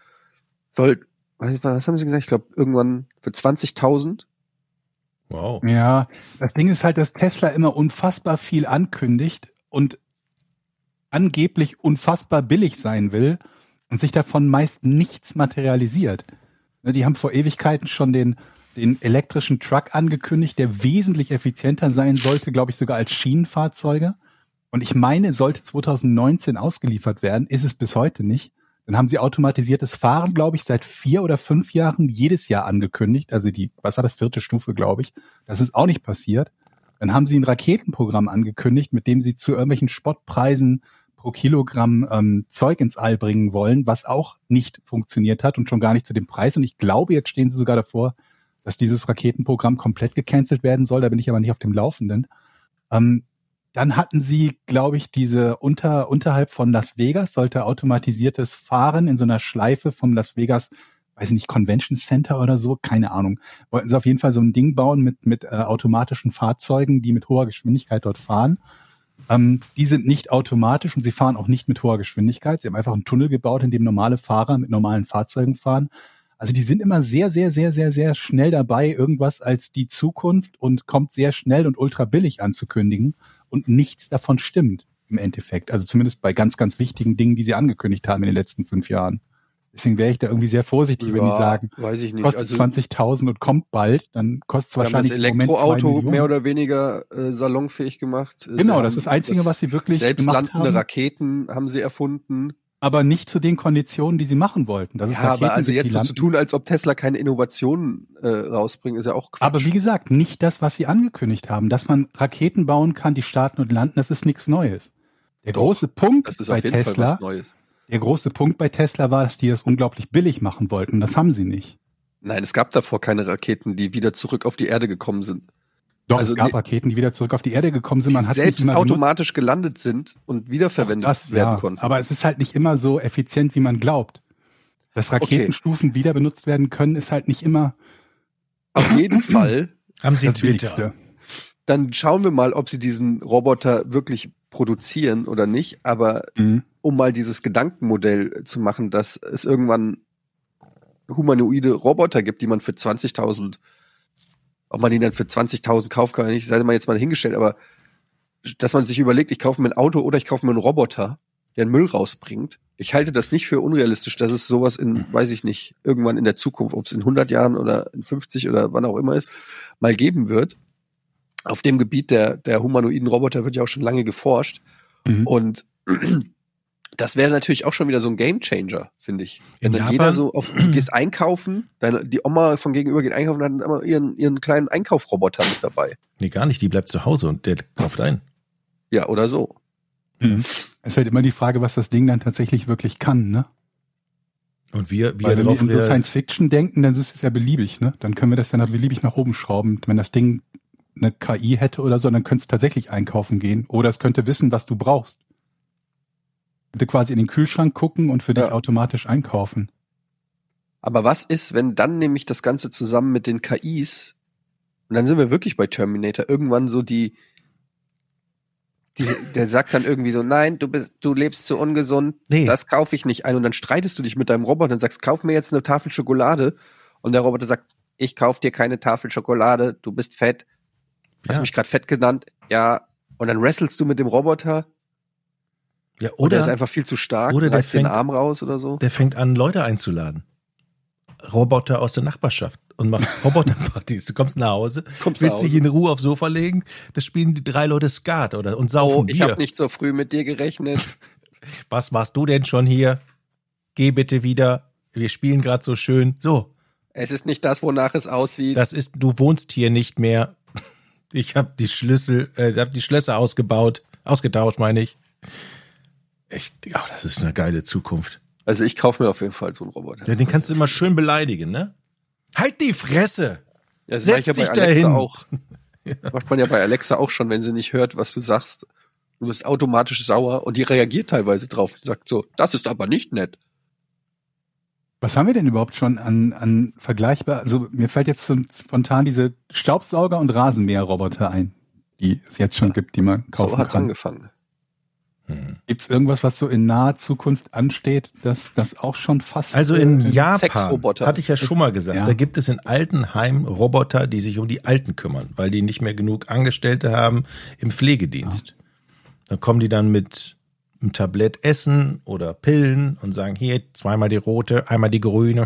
Was haben sie gesagt? Ich glaube, irgendwann für 20.000. Wow. Ja, das Ding ist halt, dass Tesla immer unfassbar viel ankündigt und angeblich unfassbar billig sein will und sich davon meist nichts materialisiert. Die haben vor Ewigkeiten schon den elektrischen Truck angekündigt, der wesentlich effizienter sein sollte, glaube ich sogar als Schienenfahrzeuge. Und ich meine, sollte 2019 ausgeliefert werden, ist es bis heute nicht. Dann haben sie automatisiertes Fahren, glaube ich, seit 4 oder 5 Jahren jedes Jahr angekündigt. Also was war das, 4. Stufe, glaube ich. Das ist auch nicht passiert. Dann haben sie ein Raketenprogramm angekündigt, mit dem sie zu irgendwelchen Spottpreisen pro Kilogramm Zeug ins All bringen wollen, was auch nicht funktioniert hat und schon gar nicht zu dem Preis. Und ich glaube, jetzt stehen sie sogar davor, dass dieses Raketenprogramm komplett gecancelt werden soll. Da bin ich aber nicht auf dem Laufenden. Dann hatten sie, glaube ich, diese unterhalb von Las Vegas sollte automatisiertes Fahren in so einer Schleife vom Las Vegas, weiß ich nicht, Convention Center oder so, keine Ahnung. Wollten sie auf jeden Fall so ein Ding bauen mit automatischen Fahrzeugen, die mit hoher Geschwindigkeit dort fahren. Die sind nicht automatisch und sie fahren auch nicht mit hoher Geschwindigkeit. Sie haben einfach einen Tunnel gebaut, in dem normale Fahrer mit normalen Fahrzeugen fahren. Also die sind immer sehr, sehr, sehr, sehr, sehr schnell dabei, irgendwas als die Zukunft und kommt sehr schnell und ultra billig anzukündigen und nichts davon stimmt im Endeffekt. Also zumindest bei ganz, ganz wichtigen Dingen, die sie angekündigt haben in den letzten 5 Jahren. Deswegen wäre ich da irgendwie sehr vorsichtig, wenn die sagen, weiß ich nicht. kostet 20.000 und kommt bald, dann kostet es Wir haben wahrscheinlich das im Moment 2 Elektroauto Millionen. mehr oder weniger salonfähig gemacht. Genau, Sie das haben ist das Einzige, was sie wirklich gemacht selbstlandende haben. Raketen haben sie erfunden. Aber nicht zu den Konditionen, die sie machen wollten. Das ist Ja, aber Raketen also sind, jetzt die so zu landen. tun, als ob Tesla keine Innovationen rausbringt, ist ja auch Quatsch. Aber wie gesagt, nicht das, was sie angekündigt haben. Dass man Raketen bauen kann, die starten und landen, das ist nichts Neues. Der Doch, große Punkt das ist bei auf jeden Fall Tesla, was Neues. der große Punkt bei Tesla war, dass die das unglaublich billig machen wollten. Das haben sie nicht. Nein, es gab davor keine Raketen, die wieder zurück auf die Erde gekommen sind. Doch, Also es gab die- Raketen, die wieder zurück auf die Erde gekommen sind. Man hat Selbst nicht immer benutzt. automatisch gelandet sind und wiederverwendet Das, werden ja, konnten. aber es ist halt nicht immer so effizient, wie man glaubt. Dass Raketenstufen wieder benutzt werden können, ist halt nicht immer Auf jeden Fall. Haben Sie das Twitter? Wichtigste. Dann schauen wir mal, ob sie diesen Roboter wirklich produzieren oder nicht. Aber Mhm. um mal dieses Gedankenmodell zu machen, dass es irgendwann humanoide Roboter gibt, die man für 20.000, ob man die dann für 20.000 kauft, kann ich nicht, sei mal jetzt mal dahingestellt, aber dass man sich überlegt, ich kaufe mir ein Auto oder ich kaufe mir einen Roboter, der einen Müll rausbringt. Ich halte das nicht für unrealistisch, dass es sowas in, weiß ich nicht, irgendwann in der Zukunft, ob es in 100 Jahren oder in 50 oder wann auch immer ist, mal geben wird. auf dem Gebiet der humanoiden Roboter wird ja auch schon lange geforscht. Und das wäre natürlich auch schon wieder so ein Gamechanger, finde ich. Wenn dann jeder so du gehst einkaufen, die Oma von gegenüber geht einkaufen und hat immer ihren kleinen Einkaufroboter mit dabei. Nee, gar nicht. Die bleibt zu Hause und der kauft ein. Ja, oder so. Es ist halt immer die Frage, was das Ding dann tatsächlich wirklich kann, ne? Und wir Weil wenn wir darauf in so Science-Fiction denken, dann ist es ja beliebig, ne? Dann können wir das dann beliebig nach oben schrauben. Wenn das Ding eine KI hätte oder so, dann könnte es tatsächlich einkaufen gehen. Oder es könnte wissen, was du brauchst. Könnte quasi in den Kühlschrank gucken und für dich automatisch einkaufen. Aber was ist, wenn dann nämlich das Ganze zusammen mit den KIs, und dann sind wir wirklich bei Terminator, irgendwann so der sagt dann irgendwie so, nein, du lebst zu ungesund, das kaufe ich nicht ein. Und dann streitest du dich mit deinem Roboter und sagst, kauf mir jetzt eine Tafel Schokolade. Und der Roboter sagt, ich kauf dir keine Tafel Schokolade, du bist fett. Hast du mich gerade fett genannt? Ja. Und dann wrestelst du mit dem Roboter. Ja, oder oder der ist einfach viel zu stark, oder reißt den Arm raus oder so. Der fängt an, Leute einzuladen. Roboter aus der Nachbarschaft und macht Roboterpartys. Du kommst nach Hause, willst dich in Ruhe aufs Sofa legen, da spielen die 3 Leute Skat und saufen Bier. Ich habe nicht so früh mit dir gerechnet. Was machst du denn schon hier? Geh bitte wieder. Wir spielen gerade so schön. So. Es ist nicht das, wonach es aussieht. Du wohnst hier nicht mehr. Ich habe die Schlösser ausgetauscht, meine ich. Das ist eine geile Zukunft. Also ich kaufe mir auf jeden Fall so einen Roboter. Ja, den kannst du immer schön beleidigen, ne? Halt die Fresse! Ja, das Setz dich bei Alexa dahin. Auch. Macht man ja bei Alexa auch schon, wenn sie nicht hört, was du sagst. Du bist automatisch sauer und die reagiert teilweise drauf und sagt so, das ist aber nicht nett. Was haben wir denn überhaupt schon an vergleichbar? Also mir fällt jetzt so spontan diese Staubsauger- und Rasenmäherroboter ein, die es jetzt schon gibt, die man kaufen kann. So hat's angefangen. Gibt es irgendwas, was so in naher Zukunft ansteht, dass das auch schon fast... Also in Japan, Sexroboter. hatte ich ja schon mal gesagt, Ja. da gibt es in Altenheimen Roboter, die sich um die Alten kümmern, weil die nicht mehr genug Angestellte haben im Pflegedienst. Ja. Dann kommen die dann mit einem Tablett Essen oder Pillen und sagen, hier, 2-mal die rote, einmal die grüne.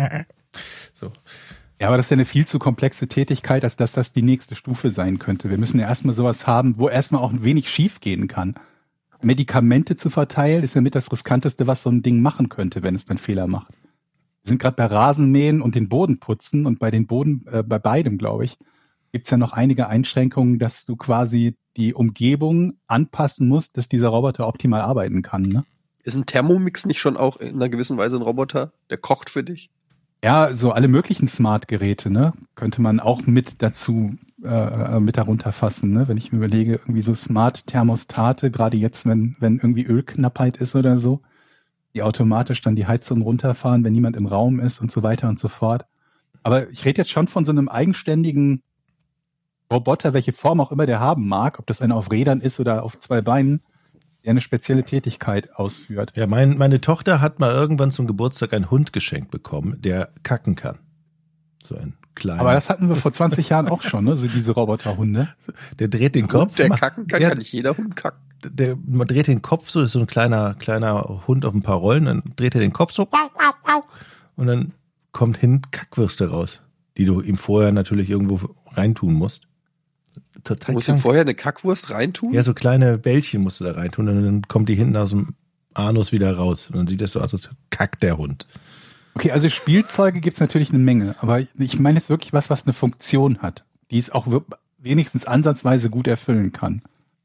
So. Ja, aber das ist ja eine viel zu komplexe Tätigkeit, als dass das die nächste Stufe sein könnte. Wir müssen ja erstmal sowas haben, wo erstmal auch ein wenig schief gehen kann. Medikamente zu verteilen, ist ja mit das Riskanteste, was so ein Ding machen könnte, wenn es dann Fehler macht. Wir sind gerade bei Rasenmähen und den Boden putzen und bei bei beidem, glaube ich, gibt es ja noch einige Einschränkungen, dass du quasi die Umgebung anpassen musst, dass dieser Roboter optimal arbeiten kann, ne? Ist ein Thermomix nicht schon auch in einer gewissen Weise ein Roboter? Der kocht für dich? Ja, so alle möglichen Smart-Geräte, ne, könnte man auch mit dazu mit darunter fassen, ne? Wenn ich mir überlege, irgendwie so Smart-Thermostate, gerade jetzt, wenn irgendwie Ölknappheit ist oder so, die automatisch dann die Heizung runterfahren, wenn niemand im Raum ist und so weiter und so fort. Aber ich rede jetzt schon von so einem eigenständigen Roboter, welche Form auch immer der haben mag, ob das einer auf Rädern ist oder auf 2 Beinen, der eine spezielle Tätigkeit ausführt. Ja, meine Tochter hat mal irgendwann zum Geburtstag einen Hund geschenkt bekommen, der kacken kann. So ein kleiner. Aber das hatten wir vor 20 Jahren auch schon, ne? So diese Roboterhunde. Der dreht den Kopf. Der kacken kann, kann nicht jeder Hund kacken. Man dreht den Kopf so, ist so ein kleiner Hund auf ein paar Rollen, dann dreht er den Kopf so, und dann kommt hin Kackwürste raus, die du ihm vorher natürlich irgendwo reintun musst. Total Du musst krank. ihm vorher eine Kackwurst reintun? Ja, so kleine Bällchen musst du da reintun und dann kommt die hinten aus dem Anus wieder raus. Und dann sieht das so aus, als kackt der Hund. Okay, also Spielzeuge gibt's natürlich eine Menge, aber ich meine jetzt wirklich was eine Funktion hat, die es auch wenigstens ansatzweise gut erfüllen kann.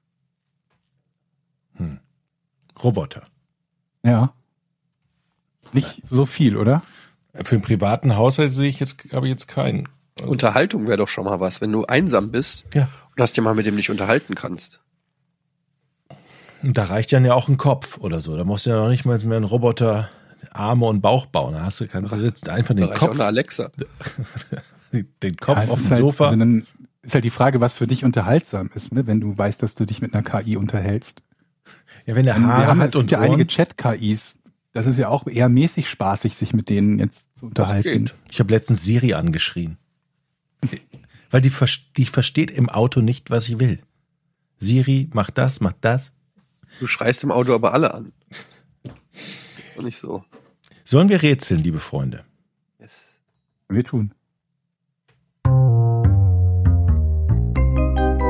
Roboter. Ja. Nicht so viel, oder? Für einen privaten Haushalt habe ich jetzt keinen. Unterhaltung wäre doch schon mal was, wenn du einsam bist Ja. und hast ja mal mit dem nicht unterhalten kannst. Und da reicht dann ja auch ein Kopf oder so. Da musst du ja noch nicht mal mehr einen Roboter Arme und Bauch bauen. Da kannst du jetzt einfach Da den reicht auch Kopf, eine Alexa. den Kopf es auf ist dem halt, Sofa. Also dann ist halt die Frage, was für dich unterhaltsam ist, ne? Wenn du weißt, dass du dich mit einer KI unterhältst. Ja, wenn der Wir Haare haben hat jetzt und ja Ohren. einige Chat-KIs. Das ist ja auch eher mäßig spaßig, sich mit denen jetzt zu unterhalten. geht. Ich habe letztens Siri angeschrien. Weil die versteht im Auto nicht, was ich will. Siri, mach das, mach das. Du schreist im Auto aber alle an. Und nicht so. Sollen wir rätseln, liebe Freunde? Wir tun.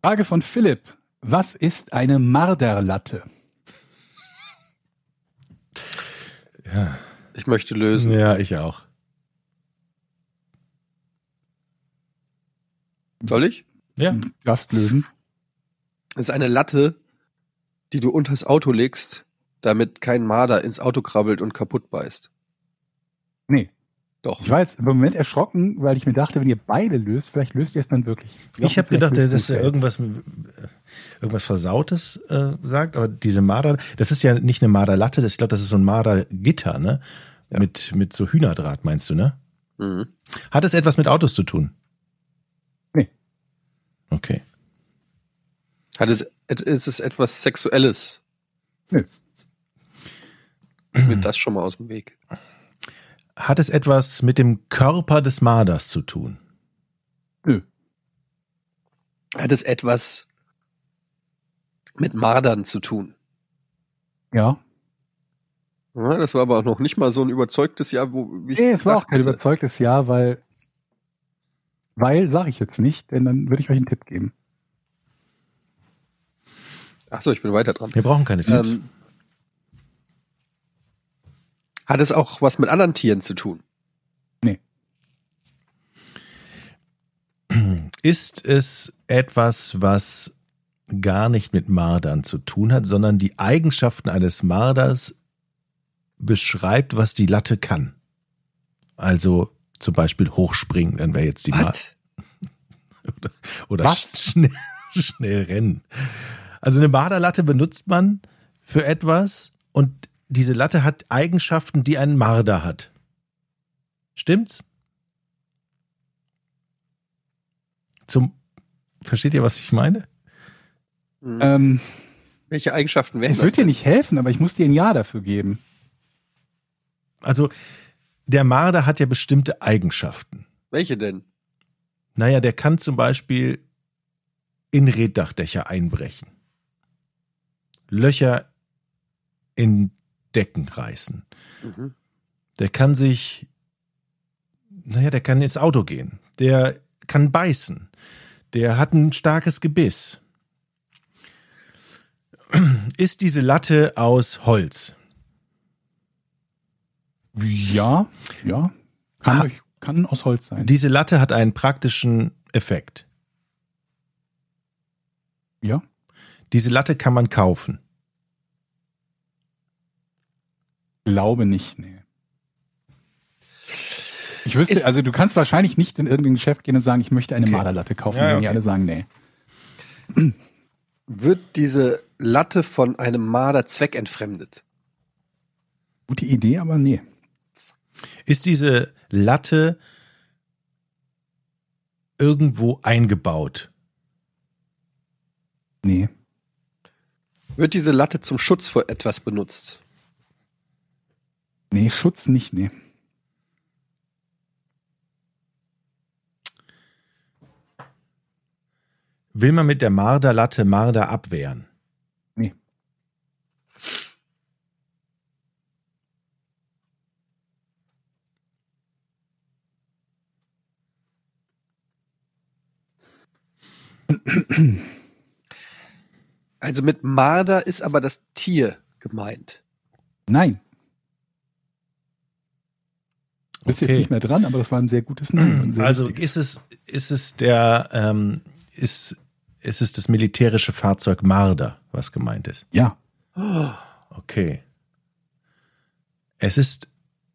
Frage von Philipp. Was ist eine Marderlatte? Ja. Ich möchte lösen. Ja, ich auch. Soll ich? Ja. Du darfst lösen. Das ist eine Latte, die du unters Auto legst, damit kein Marder ins Auto krabbelt und kaputt beißt. Nee. Doch. Ich war jetzt im Moment erschrocken, weil ich mir dachte, wenn ihr beide löst, vielleicht löst ihr es dann wirklich. Ich habe gedacht, Vielleicht dass löst er du es irgendwas Versautes sagt, aber diese Marder, das ist ja nicht eine Marderlatte, ich glaube, das ist so ein Mardergitter, ne? Ja. Mit so Hühnerdraht, meinst du, ne? Mhm. Hat es etwas mit Autos zu tun? Nee. Okay. Ist es etwas Sexuelles? Nö. Wird das schon mal aus dem Weg. Hat es etwas mit dem Körper des Marders zu tun? Nö. Hat es etwas mit Mardern zu tun? Ja. Ja, das war aber auch noch nicht mal so ein überzeugtes Jahr, wie ich Nee, es war auch kein dachte. überzeugtes Ja, weil sage ich jetzt nicht, denn dann würde ich euch einen Tipp geben. Achso, ich bin weiter dran. Wir brauchen keine Tipps. Hat es auch was mit anderen Tieren zu tun? Nee. Ist es etwas, was gar nicht mit Mardern zu tun hat, sondern die Eigenschaften eines Marders beschreibt, was die Latte kann? Also zum Beispiel hochspringen, dann wäre jetzt die Marder. Oder Was? schnell rennen. Also eine Marderlatte benutzt man für etwas und diese Latte hat Eigenschaften, die ein Marder hat. Stimmt's? Versteht ihr, was ich meine? Welche Eigenschaften wären Es das wird dir denn? nicht helfen, aber ich muss dir ein Ja dafür geben. Also der Marder hat ja bestimmte Eigenschaften. Welche denn? Naja, der kann zum Beispiel in Reetdachdächer einbrechen. Löcher in Decken reißen. Mhm. Der kann der kann ins Auto gehen. Der kann beißen. Der hat ein starkes Gebiss. Ist diese Latte aus Holz? Ja. Kann aus Holz sein. Diese Latte hat einen praktischen Effekt. Ja. Diese Latte kann man kaufen. Glaube nicht, nee. Ich wüsste, also du kannst wahrscheinlich nicht in irgendein Geschäft gehen und sagen, ich möchte eine Okay. Marderlatte kaufen, Ja, wenn die okay. alle sagen, nee. Wird diese Latte von einem Marder zweckentfremdet? Gute Idee, aber nee. Ist diese Latte irgendwo eingebaut? Nee. Wird diese Latte zum Schutz vor etwas benutzt? Nee, Schutz nicht, nee. Will man mit der Marderlatte Marder abwehren? Nee. Also mit Marder ist aber das Tier gemeint. Nein. Du bist Okay. jetzt nicht mehr dran, aber das war ein sehr gutes Nein. ein sehr Also wichtiges. ist es das militärische Fahrzeug Marder, was gemeint ist? Ja. Okay. Es ist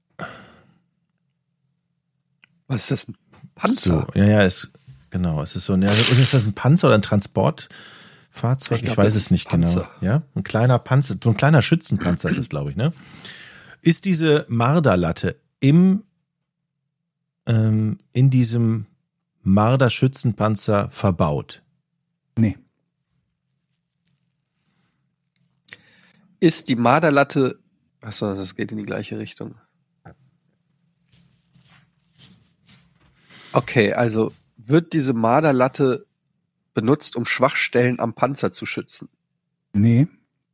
Was ist das? Ein Panzer? so, es ist so, ist das ein Panzer oder ein Transportfahrzeug? Ich glaub, Ich weiß das es ist nicht ein Panzer. genau. Ja, ein kleiner Panzer, so ein kleiner Schützenpanzer ist es, glaube ich, ne? Ist diese Marderlatte in diesem Marder-Schützenpanzer verbaut? Nee. Ist die Marderlatte... Achso, das geht in die gleiche Richtung. Okay, also wird diese Marderlatte benutzt, um Schwachstellen am Panzer zu schützen? Nee.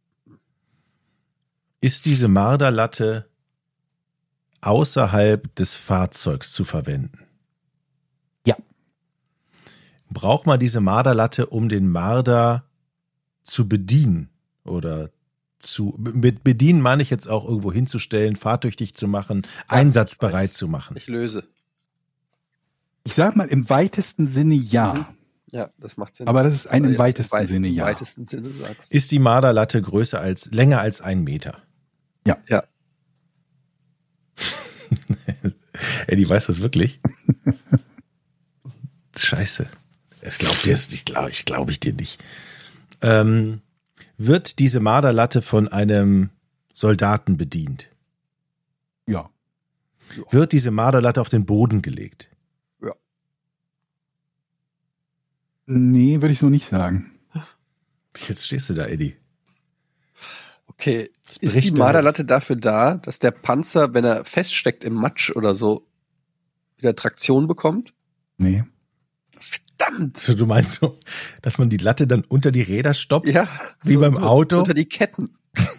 Ist diese Marderlatte außerhalb des Fahrzeugs zu verwenden? Ja. braucht man diese Marderlatte, um den Marder zu bedienen? Oder mit bedienen meine ich jetzt auch irgendwo hinzustellen, fahrtüchtig zu machen, einsatzbereit zu machen. Ich löse. Ich sag mal im weitesten Sinne ja. Ja, das macht Sinn. Aber das ist ein im Weil weitesten Sinne Im ja. weitesten Sinne sagst. Ist die Marderlatte länger als 1 Meter? Ja. Ja. Eddie, weißt du es wirklich? Scheiße. Ich glaube ich dir nicht. Wird diese Marderlatte von einem Soldaten bedient? Ja. Wird diese Marderlatte auf den Boden gelegt? Nee, würde ich so nicht sagen. Jetzt stehst du da, Eddie. Okay, ist die Berichte- Marderlatte dafür da, dass der Panzer, wenn er feststeckt im Matsch oder so, wieder Traktion bekommt? Nee. Verdammt! Also du meinst so, dass man die Latte dann unter die Räder stoppt? Ja, Wie beim Auto? Unter die Ketten.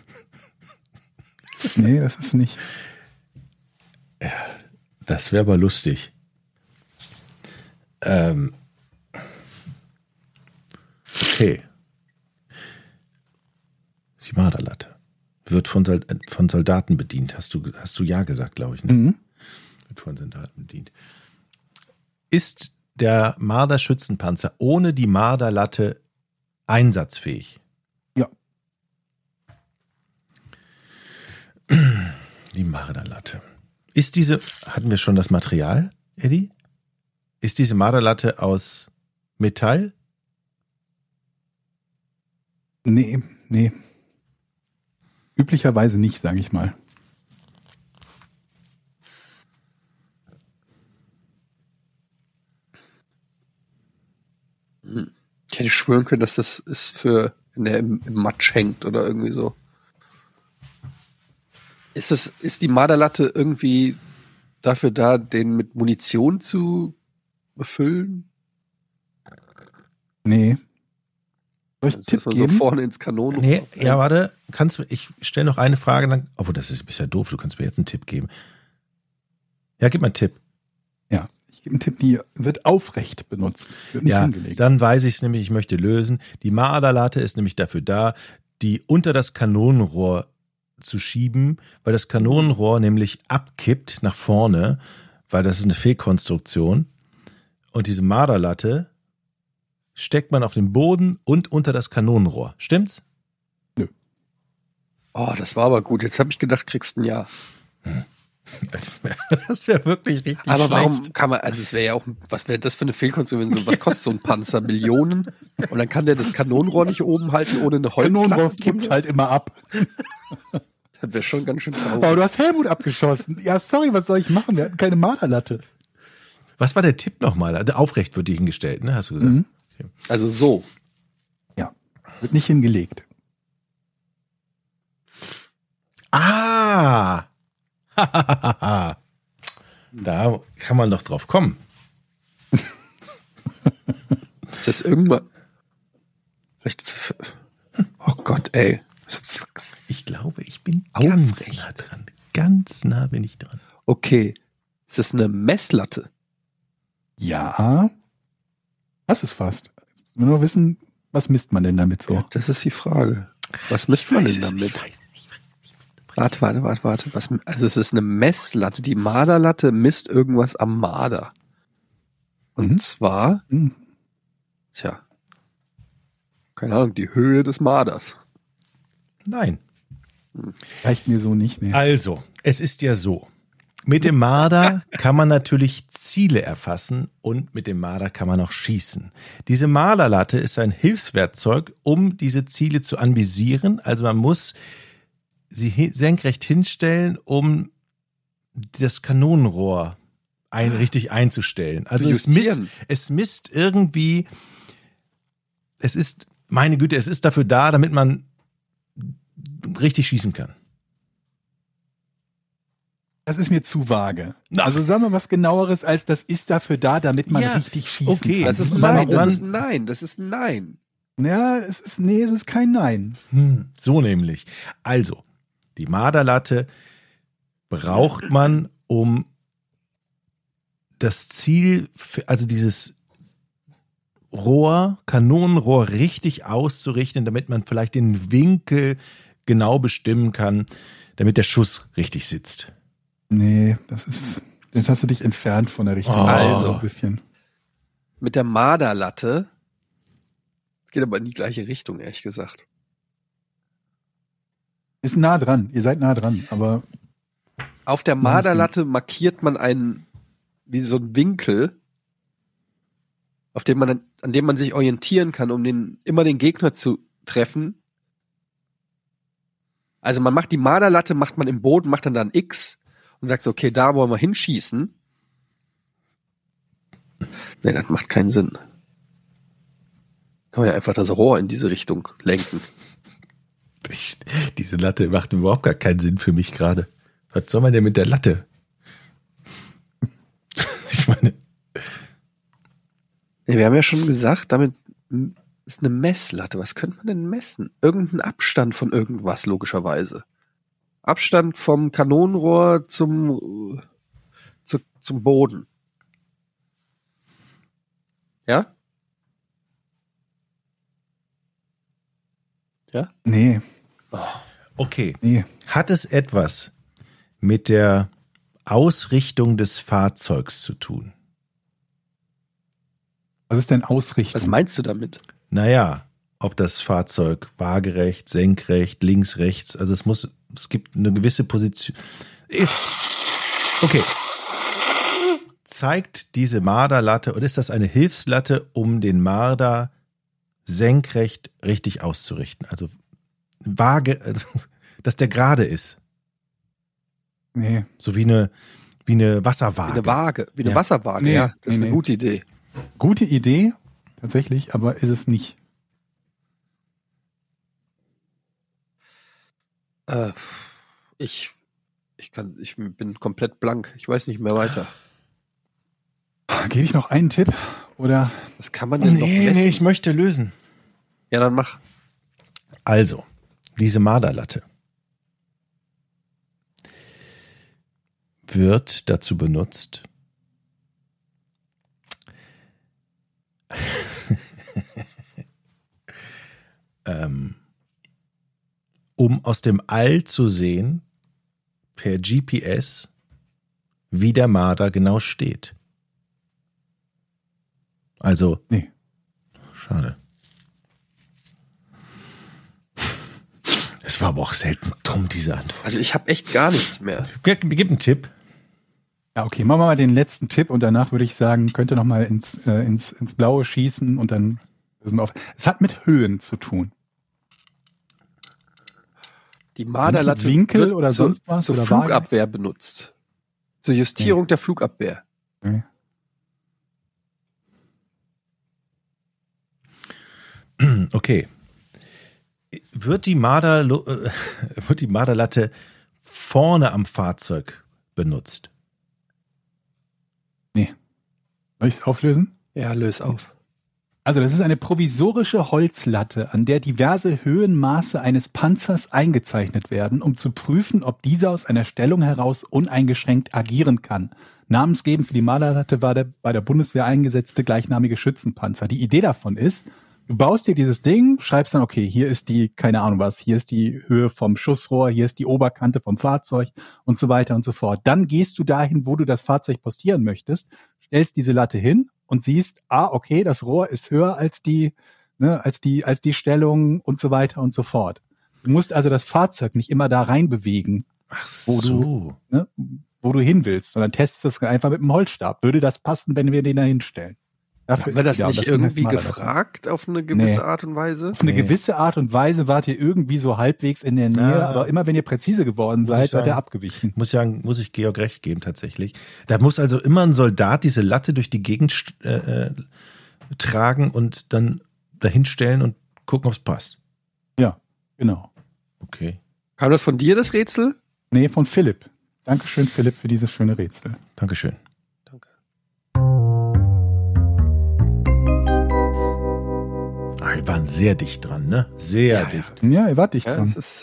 Nee, das ist nicht. Das wäre aber lustig. Okay. Die Marderlatte wird von Soldaten bedient. Hast du ja gesagt, glaube ich. Ne? Mhm. Wird von Soldaten bedient. Ist der Marderschützenpanzer ohne die Marderlatte einsatzfähig? Ja. Die Marderlatte. Hatten wir schon das Material, Eddie? Ist diese Marderlatte aus Metall? Nee. Üblicherweise nicht, sage ich mal. Ich hätte schwören können, dass das ist wenn der im Matsch hängt oder irgendwie so. Ist die Marderlatte irgendwie dafür da, den mit Munition zu befüllen? Nee. Soll ich einen Dass Tipp man so geben? vorne ins Kanonenrohr. Nee, ja, warte. Ich stelle noch eine Frage, dann. Obwohl, das ist ja doof, du kannst mir jetzt einen Tipp geben. Ja, gib mal einen Tipp. Ja, ich gebe einen Tipp, die wird aufrecht benutzt. Wird nicht Ja, hingelegt. dann weiß ich es nämlich, ich möchte lösen. Die Marderlatte ist nämlich dafür da, die unter das Kanonenrohr zu schieben, weil das Kanonenrohr nämlich abkippt nach vorne, weil das ist eine Fehlkonstruktion. Und diese Marderlatte steckt man auf den Boden und unter das Kanonenrohr. Stimmt's? Oh, das war aber gut. Jetzt habe ich gedacht, kriegst ein Ja. Das wäre wirklich richtig Aber schlecht. warum kann man, also es wäre ja auch, was wäre das für eine Fehlkonstruktion? Was kostet so ein Panzer? Millionen? Und dann kann der das Kanonenrohr nicht oben halten ohne eine Kanonenrohr Holzlatte? kippt halt immer ab. Das wäre schon ganz schön Oh, traurig. du hast Helmut abgeschossen. Ja, sorry, was soll ich machen? Wir hatten keine Marderlatte. Was war der Tipp nochmal? Aufrecht wird die hingestellt, ne? Hast du gesagt? Mhm. Also so. Ja, wird nicht hingelegt. Ah! Da kann man doch drauf kommen. Ist das irgendwann. Vielleicht. Oh Gott, ey. Ich glaube, ich bin ganz Aufrecht. nah dran. Ganz nah bin ich dran. Okay. Ist das eine Messlatte? Ja. Das ist fast. Wir nur wissen, was misst man denn damit so? Ja, das ist die Frage. Was misst man denn damit? Warte. Also es ist eine Messlatte. Die Marderlatte misst irgendwas am Marder. Und zwar, Hm. tja, keine Ahnung, die Höhe des Marders. Nein. Reicht mir so nicht. Nee. Also, es ist ja so. Mit dem Marder kann man natürlich Ziele erfassen und mit dem Marder kann man auch schießen. Diese Marderlatte ist ein Hilfswerkzeug, um diese Ziele zu anvisieren. Also man muss sie senkrecht hinstellen, um das Kanonenrohr richtig einzustellen. Also Justieren. es misst irgendwie, es ist, meine Güte, es ist dafür da, damit man richtig schießen kann. Das ist mir zu vage. Ach. Also sagen wir was genaueres als das ist dafür da, damit man Ja, richtig schießen okay. kann. Das ist Man- nein, das man- ist nein, das ist nein. Ja, es ist kein Nein. So nämlich. Also, die Marderlatte braucht man, um das Ziel, also dieses Kanonenrohr richtig auszurichten, damit man vielleicht den Winkel genau bestimmen kann, damit der Schuss richtig sitzt. Nee, jetzt hast du dich entfernt von der Richtung. Also. Ein bisschen. Mit der Marderlatte. Es geht aber in die gleiche Richtung, ehrlich gesagt. Ist nah dran, ihr seid nah dran, aber Auf der Marderlatte markiert man wie so einen Winkel, an dem man sich orientieren kann, um immer den Gegner zu treffen. Also man macht die Marderlatte, macht man im Boden, macht dann da ein X und sagt so, okay, da wollen wir hinschießen. Nee, das macht keinen Sinn. Kann man ja einfach das Rohr in diese Richtung lenken. Diese Latte macht überhaupt gar keinen Sinn für mich gerade. Was soll man denn mit der Latte? Ich meine. Ja, wir haben ja schon gesagt, damit ist eine Messlatte. Was könnte man denn messen? Irgendein Abstand von irgendwas, logischerweise. Abstand vom Kanonenrohr zum Boden. Ja? Ja? nee. Okay. Nee. Hat es etwas mit der Ausrichtung des Fahrzeugs zu tun? Was ist denn Ausrichtung? Was meinst du damit? Naja, ob das Fahrzeug waagerecht, senkrecht, links, rechts, also es gibt eine gewisse Position. Okay. Zeigt diese Marderlatte, oder ist das eine Hilfslatte, um den Marder senkrecht richtig auszurichten? Also dass der gerade ist. Nee. So wie eine Wasserwaage. Wie eine Ja. Wasserwaage, Nee, ja. Das ist nee, eine nee. gute Idee. Gute Idee, tatsächlich, aber ist es nicht. Ich bin komplett blank. Ich weiß nicht mehr weiter. Gebe ich noch einen Tipp? Oder? Was kann man denn noch messen? ich möchte lösen. Ja, dann mach. Also, diese Marderlatte wird dazu benutzt, um aus dem All zu sehen, per GPS, wie der Marder genau steht. Also, Nee. schade. Es war aber auch selten dumm, diese Antwort. Also ich habe echt gar nichts mehr. Gib einen Tipp. Ja, okay, machen wir mal den letzten Tipp und danach würde ich sagen, könnt ihr noch mal ins Blaue schießen und dann lösen wir auf. Es hat mit Höhen zu tun. Die Marderlatte Mit Winkel wird oder sonst was zur oder Flugabwehr benutzt. Zur Justierung der Flugabwehr. Nee. Okay. Wird die Marderlatte vorne am Fahrzeug benutzt? Nee. Soll ich es auflösen? Ja, löse auf. Also das ist eine provisorische Holzlatte, an der diverse Höhenmaße eines Panzers eingezeichnet werden, um zu prüfen, ob dieser aus einer Stellung heraus uneingeschränkt agieren kann. Namensgebend für die Marderlatte war der bei der Bundeswehr eingesetzte gleichnamige Schützenpanzer. Die Idee davon ist, du baust dir dieses Ding, schreibst dann, okay, hier ist die, keine Ahnung was, hier ist die Höhe vom Schussrohr, hier ist die Oberkante vom Fahrzeug und so weiter und so fort. Dann gehst du dahin, wo du das Fahrzeug postieren möchtest, stellst diese Latte hin und siehst, okay, das Rohr ist höher als die Stellung und so weiter und so fort. Du musst also das Fahrzeug nicht immer da reinbewegen, Ach wo du hin willst, sondern testest es einfach mit dem Holzstab. Würde das passen, wenn wir den da hinstellen? Dafür Haben wir ist das die da. Und nicht Ding heißt irgendwie Marderlatte. gefragt auf eine gewisse Nee. Art und Weise? Auf eine gewisse Art und Weise wart ihr irgendwie so halbwegs in der Nähe, Ja. aber immer wenn ihr präzise geworden ich seid, seid ihr sagen. abgewichen. Muss ich Georg recht geben, tatsächlich. Da muss also immer ein Soldat diese Latte durch die Gegend tragen und dann dahinstellen und gucken, ob es passt. Ja, genau. Okay. Kam das von dir, das Rätsel? Nee, von Philipp. Dankeschön, Philipp, für dieses schöne Rätsel. Dankeschön. Danke. Wir waren sehr dicht dran, ne? Sehr dicht. Ja, ihr wart dicht Ja, dran. es ist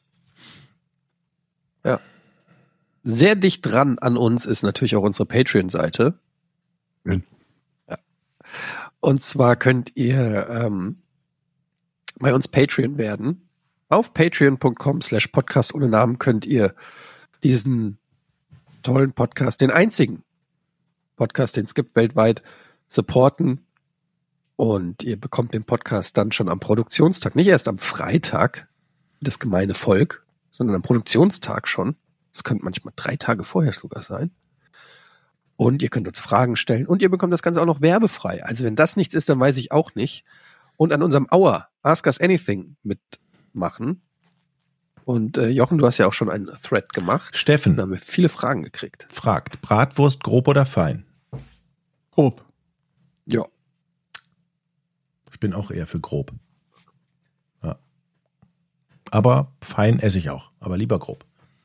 sehr dicht dran an uns ist natürlich auch unsere Patreon-Seite. Schön. Ja. Und zwar könnt ihr bei uns Patreon werden. Auf patreon.com/Podcast ohne Namen könnt ihr diesen tollen Podcast, den einzigen Podcast, den es gibt weltweit, supporten. Und ihr bekommt den Podcast dann schon am Produktionstag, nicht erst am Freitag, wie das gemeine Volk, sondern am Produktionstag schon. Das könnte manchmal 3 Tage vorher sogar sein. Und ihr könnt uns Fragen stellen und ihr bekommt das Ganze auch noch werbefrei. Also wenn das nichts ist, dann weiß ich auch nicht. Und an unserem Hour Ask Us Anything mitmachen. Und Jochen, du hast ja auch schon einen Thread gemacht. Steffen. Da haben wir viele Fragen gekriegt. Fragt, Bratwurst grob oder fein? Grob. Ja. Ich bin auch eher für grob. Ja. Aber fein esse ich auch, aber lieber grob.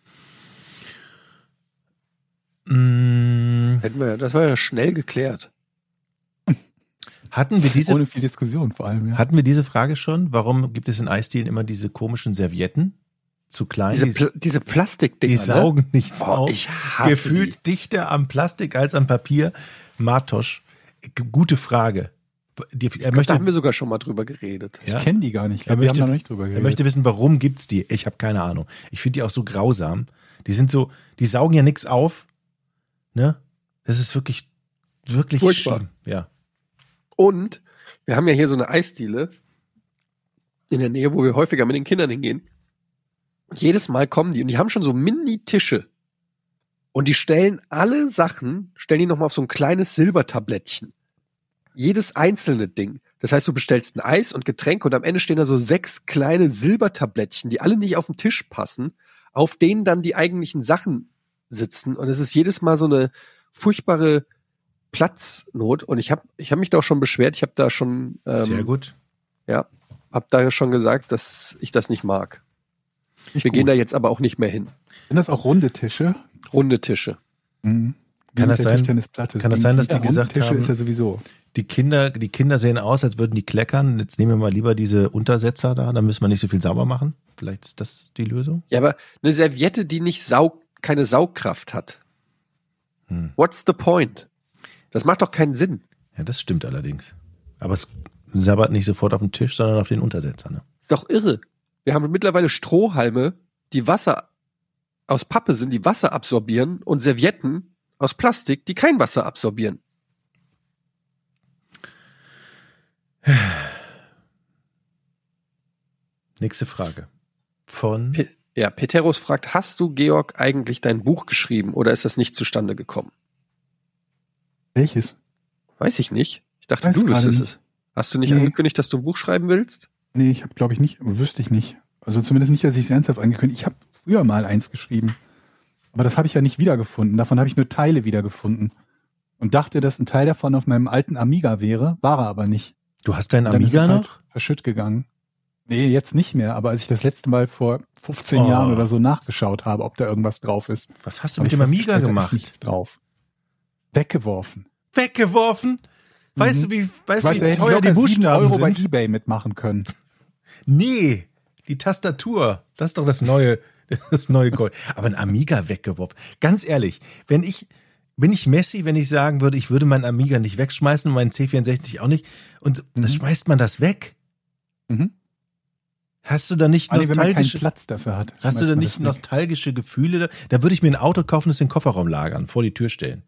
Das war ja schnell geklärt. Hatten wir diese Ohne viel Diskussion vor allem, ja. Hatten wir diese Frage schon? Warum gibt es in Eisdielen immer diese komischen Servietten? Zu klein? Diese Plastikdinger, die saugen nichts Oh, auf. ich hasse Gefühlt dichter am Plastik als am Papier. Martosch, gute Frage. Da haben wir sogar schon mal drüber geredet. Ja? Ich kenne die gar nicht. Ich Er glaube, wir haben möchte- da noch nicht drüber Er geredet. möchte wissen, warum gibt's die? Ich habe keine Ahnung. Ich finde die auch so grausam. Die sind so, die saugen ja nichts auf. Ne? Das ist wirklich Furchtbar. schlimm. Ja. Und wir haben ja hier so eine Eisdiele in der Nähe, wo wir häufiger mit den Kindern hingehen. Und jedes Mal kommen die und die haben schon so Mini-Tische. Und die stellen alle Sachen, stellen die nochmal auf so ein kleines Silbertablettchen. Jedes einzelne Ding. Das heißt, du bestellst ein Eis und Getränke und am Ende stehen da so 6 kleine Silbertablettchen, die alle nicht auf den Tisch passen, auf denen dann die eigentlichen Sachen sitzen. Und es ist jedes Mal so eine furchtbare Platznot. Und ich hab mich da auch schon beschwert. Ich habe da schon Sehr gut. ja, hab da schon gesagt, dass ich das nicht mag. Nicht Wir gut. gehen da jetzt aber auch nicht mehr hin. Sind das auch runde Tische? Runde Tische. Mhm. Kann das sein- Tischtennisplatte. kann das sein, dass die gesagt Tische haben- ist ja sowieso. Die Kinder sehen aus, als würden die kleckern. Jetzt nehmen wir mal lieber diese Untersetzer da, dann müssen wir nicht so viel sauber machen. Vielleicht ist das die Lösung. Ja, aber eine Serviette, die nicht keine Saugkraft hat. What's the point? Das macht doch keinen Sinn. Ja, das stimmt allerdings. Aber es sabbert nicht sofort auf den Tisch, sondern auf den Untersetzer. Ne? Ist doch irre. Wir haben mittlerweile Strohhalme, die Wasser aus Pappe sind, die Wasser absorbieren und Servietten aus Plastik, die kein Wasser absorbieren. Nächste Frage. Von Ja, Peteros fragt, hast du, Georg, eigentlich dein Buch geschrieben oder ist das nicht zustande gekommen? Welches? Weiß ich nicht. Ich dachte, Weiß du gerade wüsstest nicht. es. Hast du nicht Nee. angekündigt, dass du ein Buch schreiben willst? Nee, ich habe, glaube ich, nicht, wüsste ich nicht. Also zumindest nicht, dass ich es ernsthaft angekündigt. Ich habe früher mal eins geschrieben. Aber das habe ich ja nicht wiedergefunden. Davon habe ich nur Teile wiedergefunden. Und dachte, dass ein Teil davon auf meinem alten Amiga wäre, war er aber nicht. Du hast deinen Dann ist Amiga es halt noch? verschütt gegangen. Nee, jetzt nicht mehr. Aber als ich das letzte Mal vor 15 Oh. Jahren oder so nachgeschaut habe, ob da irgendwas drauf ist, Was hast du habe mit ich dem Amiga festgestellt, da gemacht? ist nichts drauf. Weggeworfen. Weggeworfen? Weißt Mhm. du, wie Ich weiß, da wie hätte ich teuer die locker 7 Buchstaben Euro bei sind? eBay mitmachen können. Nee, die Tastatur. Das ist doch das neue Gold. Aber ein Amiga weggeworfen. Ganz ehrlich, bin ich Messi, wenn ich sagen würde, ich würde meinen Amiga nicht wegschmeißen und meinen C64 auch nicht. Und das schmeißt man das weg? Mhm. Hast du da nicht Vor allem, wenn man keinen nostalgische, Platz dafür hat. hast du schmeißt da man nicht das weg. nostalgische Gefühle? Da würde ich mir ein Auto kaufen, das in den Kofferraum lagern, vor die Tür stellen.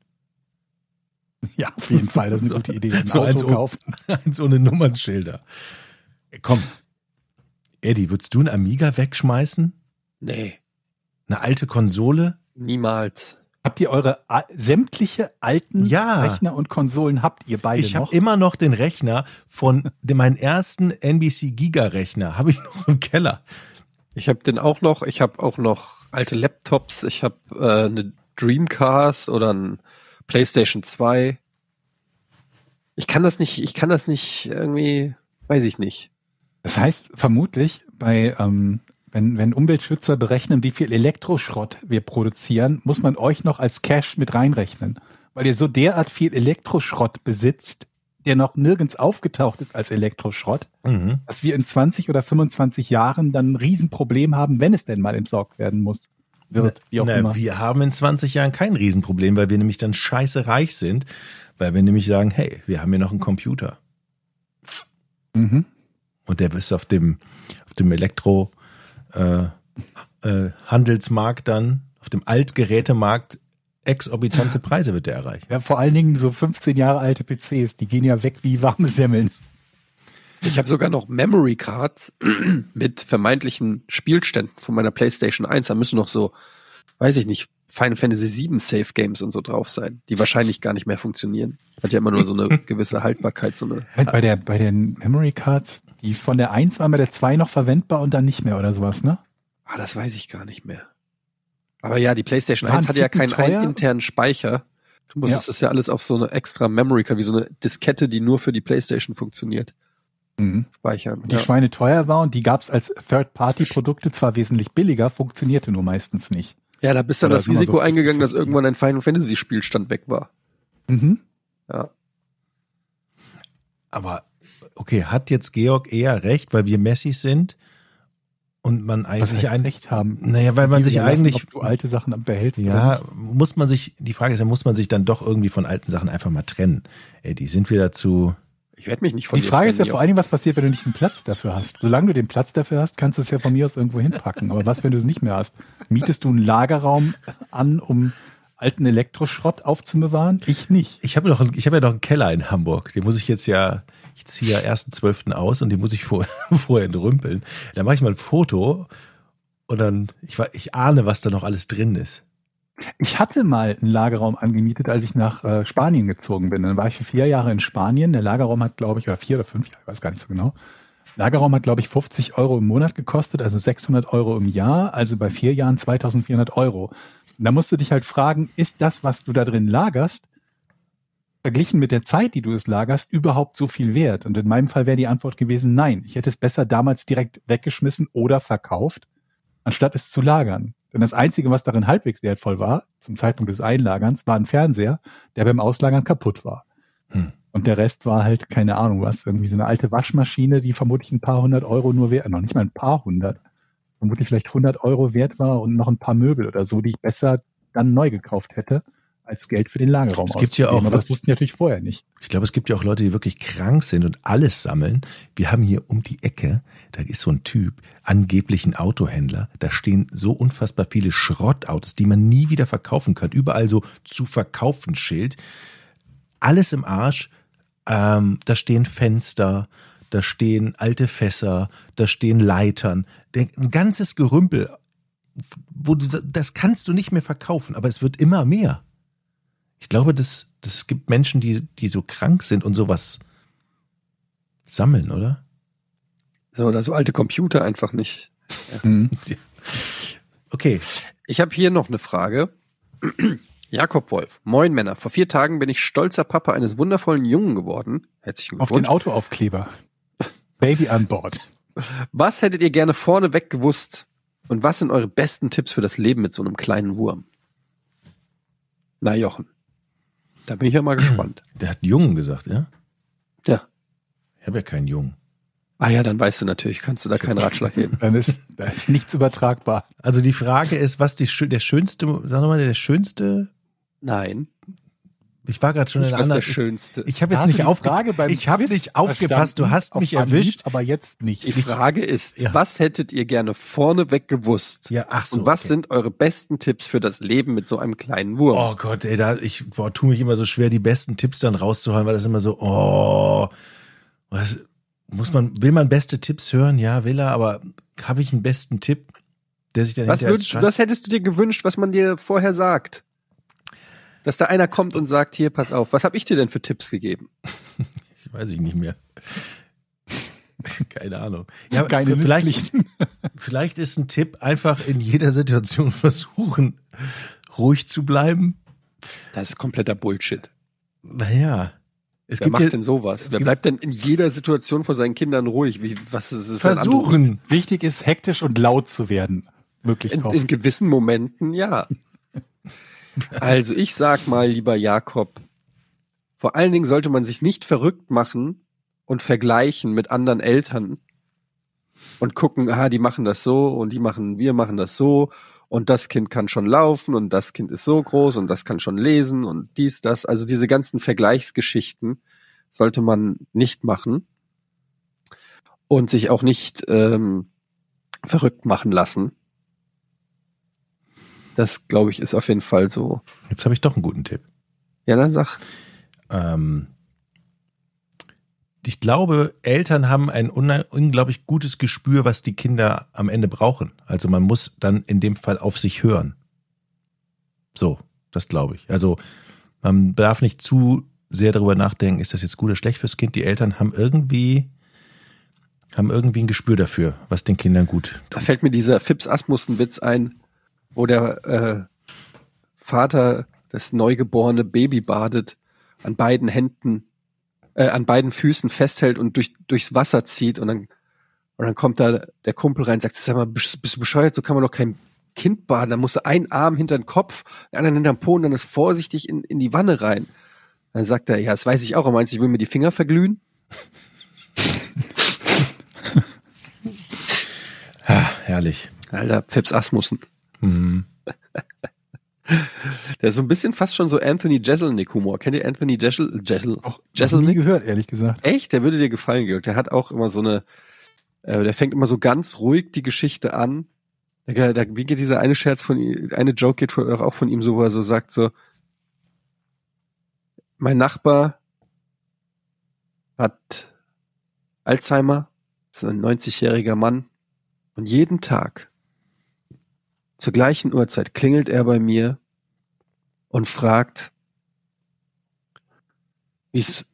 Ja, auf jeden Fall, das ist eine gute Idee. Ein So eins Auto um- kaufen. Eins ohne Nummernschilder. Komm, Eddie, würdest du ein Amiga wegschmeißen? Nee, Eine alte Konsole? niemals. Habt ihr eure sämtliche alten Ja. Rechner und Konsolen habt ihr beide Ich habe noch? immer noch den Rechner von meinen ersten NBC Giga Rechner, habe ich noch im Keller. Ich habe den auch noch. Ich habe auch noch alte Laptops. Ich habe eine Dreamcast oder ein PlayStation 2. Ich kann das nicht irgendwie, weiß ich nicht. Das heißt vermutlich bei wenn Umweltschützer berechnen, wie viel Elektroschrott wir produzieren, muss man euch noch als Cash mit reinrechnen, weil ihr so derart viel Elektroschrott besitzt, der noch nirgends aufgetaucht ist als Elektroschrott, dass wir in 20 oder 25 Jahren dann ein Riesenproblem haben, wenn es denn mal entsorgt werden muss. Wird, wie auch immer. Wir haben in 20 Jahren kein Riesenproblem, weil wir nämlich dann scheiße reich sind, weil wir nämlich sagen, hey, wir haben hier noch einen Computer. Mhm. Und der ist auf dem Elektro Handelsmarkt dann, auf dem Altgerätemarkt, exorbitante Preise wird der erreichen. Ja, vor allen Dingen so 15 Jahre alte PCs, die gehen ja weg wie warme Semmeln. Ich habe sogar noch Memory Cards mit vermeintlichen Spielständen von meiner PlayStation 1. Da müssen noch so, weiß ich nicht, Final Fantasy 7 Save Games und so drauf sein, die wahrscheinlich gar nicht mehr funktionieren. Hat ja immer nur so eine gewisse Haltbarkeit. So eine Bei den Memory Cards, die von der 1 waren bei der 2 noch verwendbar und dann nicht mehr oder sowas, ne? Das weiß ich gar nicht mehr. Aber ja, die PlayStation Waren 1 hatte ja keinen teuer? internen Speicher. Du musstest das ja alles auf so eine extra Memory Card, wie so eine Diskette, die nur für die PlayStation funktioniert, speichern. Die Schweine teuer war und die gab's als Third-Party-Produkte zwar wesentlich billiger, funktionierte nur meistens nicht. Ja, da bist du dann Oder das immer Risiko so eingegangen, dass 50-50. irgendwann ein Final Fantasy Spielstand weg war. Mhm. Ja. Aber okay, hat jetzt Georg eher recht, weil wir Messis sind und man Was eigentlich heißt recht haben? Naja, weil man sich Überlassen, eigentlich, ob du alte Sachen behältst. ja, oder die Frage ist ja, muss man sich dann doch irgendwie von alten Sachen einfach mal trennen? Ey, die sind wieder zu, Ich werde mich nicht von nicht. Die dir Frage ist ja trennen, vor allen Dingen, was passiert, wenn du nicht einen Platz dafür hast. Solange du den Platz dafür hast, kannst du es ja von mir aus irgendwo hinpacken. Aber was, wenn du es nicht mehr hast? Mietest du einen Lagerraum an, um alten Elektroschrott aufzubewahren? Ich nicht. ich habe ja noch einen Keller in Hamburg, den muss ich jetzt ja, ich ziehe ja 1.12. aus und den muss ich vorher entrümpeln. Da mache ich mal ein Foto und dann, ich ahne, was da noch alles drin ist. Ich hatte mal einen Lagerraum angemietet, als ich nach Spanien gezogen bin. Dann war ich für 4 Jahre in Spanien. Der Lagerraum hat, glaube ich, oder 4 oder 5 Jahre, ich weiß gar nicht so genau. Lagerraum hat, glaube ich, 50 € im Monat gekostet, also 600 € im Jahr, also bei 4 Jahren 2.400 €. Und da musst du dich halt fragen, ist das, was du da drin lagerst, verglichen mit der Zeit, die du es lagerst, überhaupt so viel wert? Und in meinem Fall wäre die Antwort gewesen, nein. Ich hätte es besser damals direkt weggeschmissen oder verkauft, anstatt es zu lagern. Denn das Einzige, was darin halbwegs wertvoll war, zum Zeitpunkt des Einlagerns, war ein Fernseher, der beim Auslagern kaputt war. Und der Rest war halt, keine Ahnung was, irgendwie so eine alte Waschmaschine, die vermutlich ein paar 100 € nur wert, noch nicht mal ein paar 100, vermutlich vielleicht 100 € wert war und noch ein paar Möbel oder so, die ich besser dann neu gekauft hätte, als Geld für den Lagerraum Es gibt ja auszugeben. auch- Aber das wussten die natürlich vorher nicht. Ich glaube, es gibt ja auch Leute, die wirklich krank sind und alles sammeln. Wir haben hier um die Ecke, da ist so ein Typ, angeblich ein Autohändler, da stehen so unfassbar viele Schrottautos, die man nie wieder verkaufen kann. Überall so zu verkaufen Schild. Alles im Arsch. Da stehen Fenster, da stehen alte Fässer, da stehen Leitern. Ein ganzes Gerümpel, das kannst du nicht mehr verkaufen, aber es wird immer mehr. Ich glaube, das gibt Menschen, die so krank sind und sowas sammeln, oder? So, oder so alte Computer einfach nicht. Okay. Ich habe hier noch eine Frage. Jakob Wolf. Moin Männer. Vor 4 Tagen bin ich stolzer Papa eines wundervollen Jungen geworden. Herzlichen Auf den Glückwunsch. Autoaufkleber. Baby an Bord. Was hättet ihr gerne vorneweg gewusst? Und was sind eure besten Tipps für das Leben mit so einem kleinen Wurm? Na, Jochen. Da bin ich ja mal gespannt. Der hat Jungen gesagt, ja? Ja. Ich habe ja keinen Jungen. Ah ja, dann weißt du natürlich, kannst du da keinen Ratschlag geben. Da ist nichts übertragbar. Also die Frage ist, was der schönste, sag nochmal, der schönste, Nein, ich war gerade schon nicht in was einer der anderen, Schönste. ich habe Da jetzt hast du nicht die Frage beim ich habe Quiz nicht aufgepasst, du hast verstanden, mich auf Anhieb, erwischt. aber jetzt nicht. Die Frage ist, Ja. was hättet ihr gerne vorneweg gewusst? Ja, ach so. Und was okay. sind eure besten Tipps für das Leben mit so einem kleinen Wurm? Oh Gott, ey, tu mich immer so schwer, die besten Tipps dann rauszuholen, weil das immer so, will man beste Tipps hören? Ja, will er, aber habe ich einen besten Tipp, der sich dann hinterher als Was hättest du dir gewünscht, was man dir vorher sagt? Dass da einer kommt und sagt, hier, pass auf, was habe ich dir denn für Tipps gegeben? weiß ich nicht mehr. Keine Ahnung. Ja, Keine vielleicht ist ein Tipp, einfach in jeder Situation versuchen, ruhig zu bleiben. Das ist kompletter Bullshit. Naja. Wer macht denn sowas? Wer bleibt denn in jeder Situation vor seinen Kindern ruhig? Was ist das? Versuchen. Wichtig ist, hektisch und laut zu werden. Möglichst oft. In gewissen Momenten, ja. Also ich sag mal, lieber Jakob, vor allen Dingen sollte man sich nicht verrückt machen und vergleichen mit anderen Eltern und gucken, die machen das so und wir machen das so und das Kind kann schon laufen und das Kind ist so groß und das kann schon lesen und dies, das. Also diese ganzen Vergleichsgeschichten sollte man nicht machen, und sich auch nicht verrückt machen lassen. Das, glaube ich, ist auf jeden Fall so. Jetzt habe ich doch einen guten Tipp. Ja, dann sag. Ich glaube, Eltern haben ein unglaublich gutes Gespür, was die Kinder am Ende brauchen. Also man muss dann in dem Fall auf sich hören. So, das glaube ich. Also man darf nicht zu sehr darüber nachdenken, ist das jetzt gut oder schlecht fürs Kind. Die Eltern haben irgendwie ein Gespür dafür, was den Kindern gut Da tut. fällt mir dieser Phipps Asmussen-Witz ein, wo der Vater das neugeborene Baby badet, an beiden Füßen festhält und durchs Wasser zieht und dann kommt da der Kumpel rein und sagt, sag mal, bist du bescheuert, so kann man doch kein Kind baden, da musst du einen Arm hinter den Kopf, den anderen hinter den Po und dann ist vorsichtig in die Wanne rein. Dann sagt er, ja, das weiß ich auch, er meint, ich will mir die Finger verglühen. Herrlich. Alter, Phipps Asmussen. Mhm. Der ist so ein bisschen fast schon so Anthony Jeselnik-Humor. Kennt ihr Anthony Auch noch nie Jeselnik? gehört, ehrlich gesagt. Echt? Der würde dir gefallen, Georg. Der hat auch immer so eine, der fängt immer so ganz ruhig die Geschichte an. Wie geht dieser eine Scherz eine Joke geht auch von ihm so, wo er so sagt so, mein Nachbar hat Alzheimer, ist ein 90-jähriger Mann und jeden Tag zur gleichen Uhrzeit klingelt er bei mir und fragt, wie es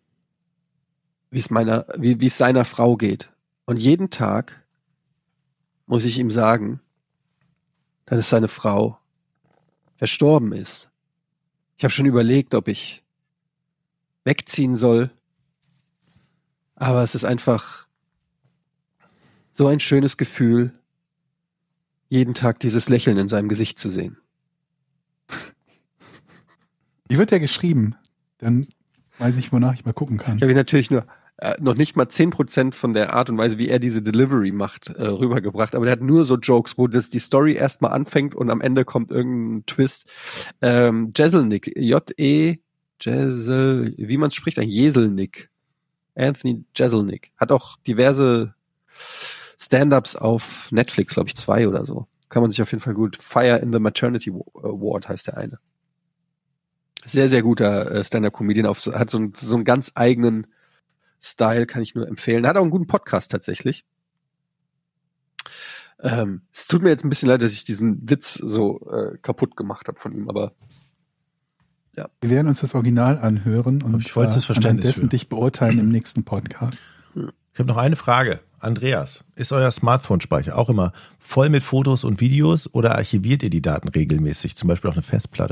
seiner Frau geht. Und jeden Tag muss ich ihm sagen, dass seine Frau verstorben ist. Ich habe schon überlegt, ob ich wegziehen soll, aber es ist einfach so ein schönes Gefühl, jeden Tag dieses Lächeln in seinem Gesicht zu sehen. Wie wird der geschrieben? Dann weiß ich, wonach ich mal gucken kann. Ich habe natürlich nur noch nicht mal 10% von der Art und Weise, wie er diese Delivery macht, rübergebracht. Aber der hat nur so Jokes, wo die Story erstmal anfängt und am Ende kommt irgendein Twist. Jeselnik, wie man es spricht, ein Jeselnik. Anthony Jeselnik. Hat auch diverse Stand-Ups auf Netflix, glaube ich, 2 oder so. Kann man sich auf jeden Fall gut. Fire in the Maternity Ward heißt der eine. Sehr, sehr guter Stand-Up-Comedian. Hat so einen ganz eigenen Style, kann ich nur empfehlen. Hat auch einen guten Podcast tatsächlich. Es tut mir jetzt ein bisschen leid, dass ich diesen Witz so kaputt gemacht habe von ihm, aber ja. Wir werden uns das Original anhören und Ich wollte das Verständnis dessen für. dich beurteilen im nächsten Podcast. Ich habe noch eine Frage. Andreas, ist euer Smartphone-Speicher auch immer voll mit Fotos und Videos oder archiviert ihr die Daten regelmäßig, zum Beispiel auf eine Festplatte?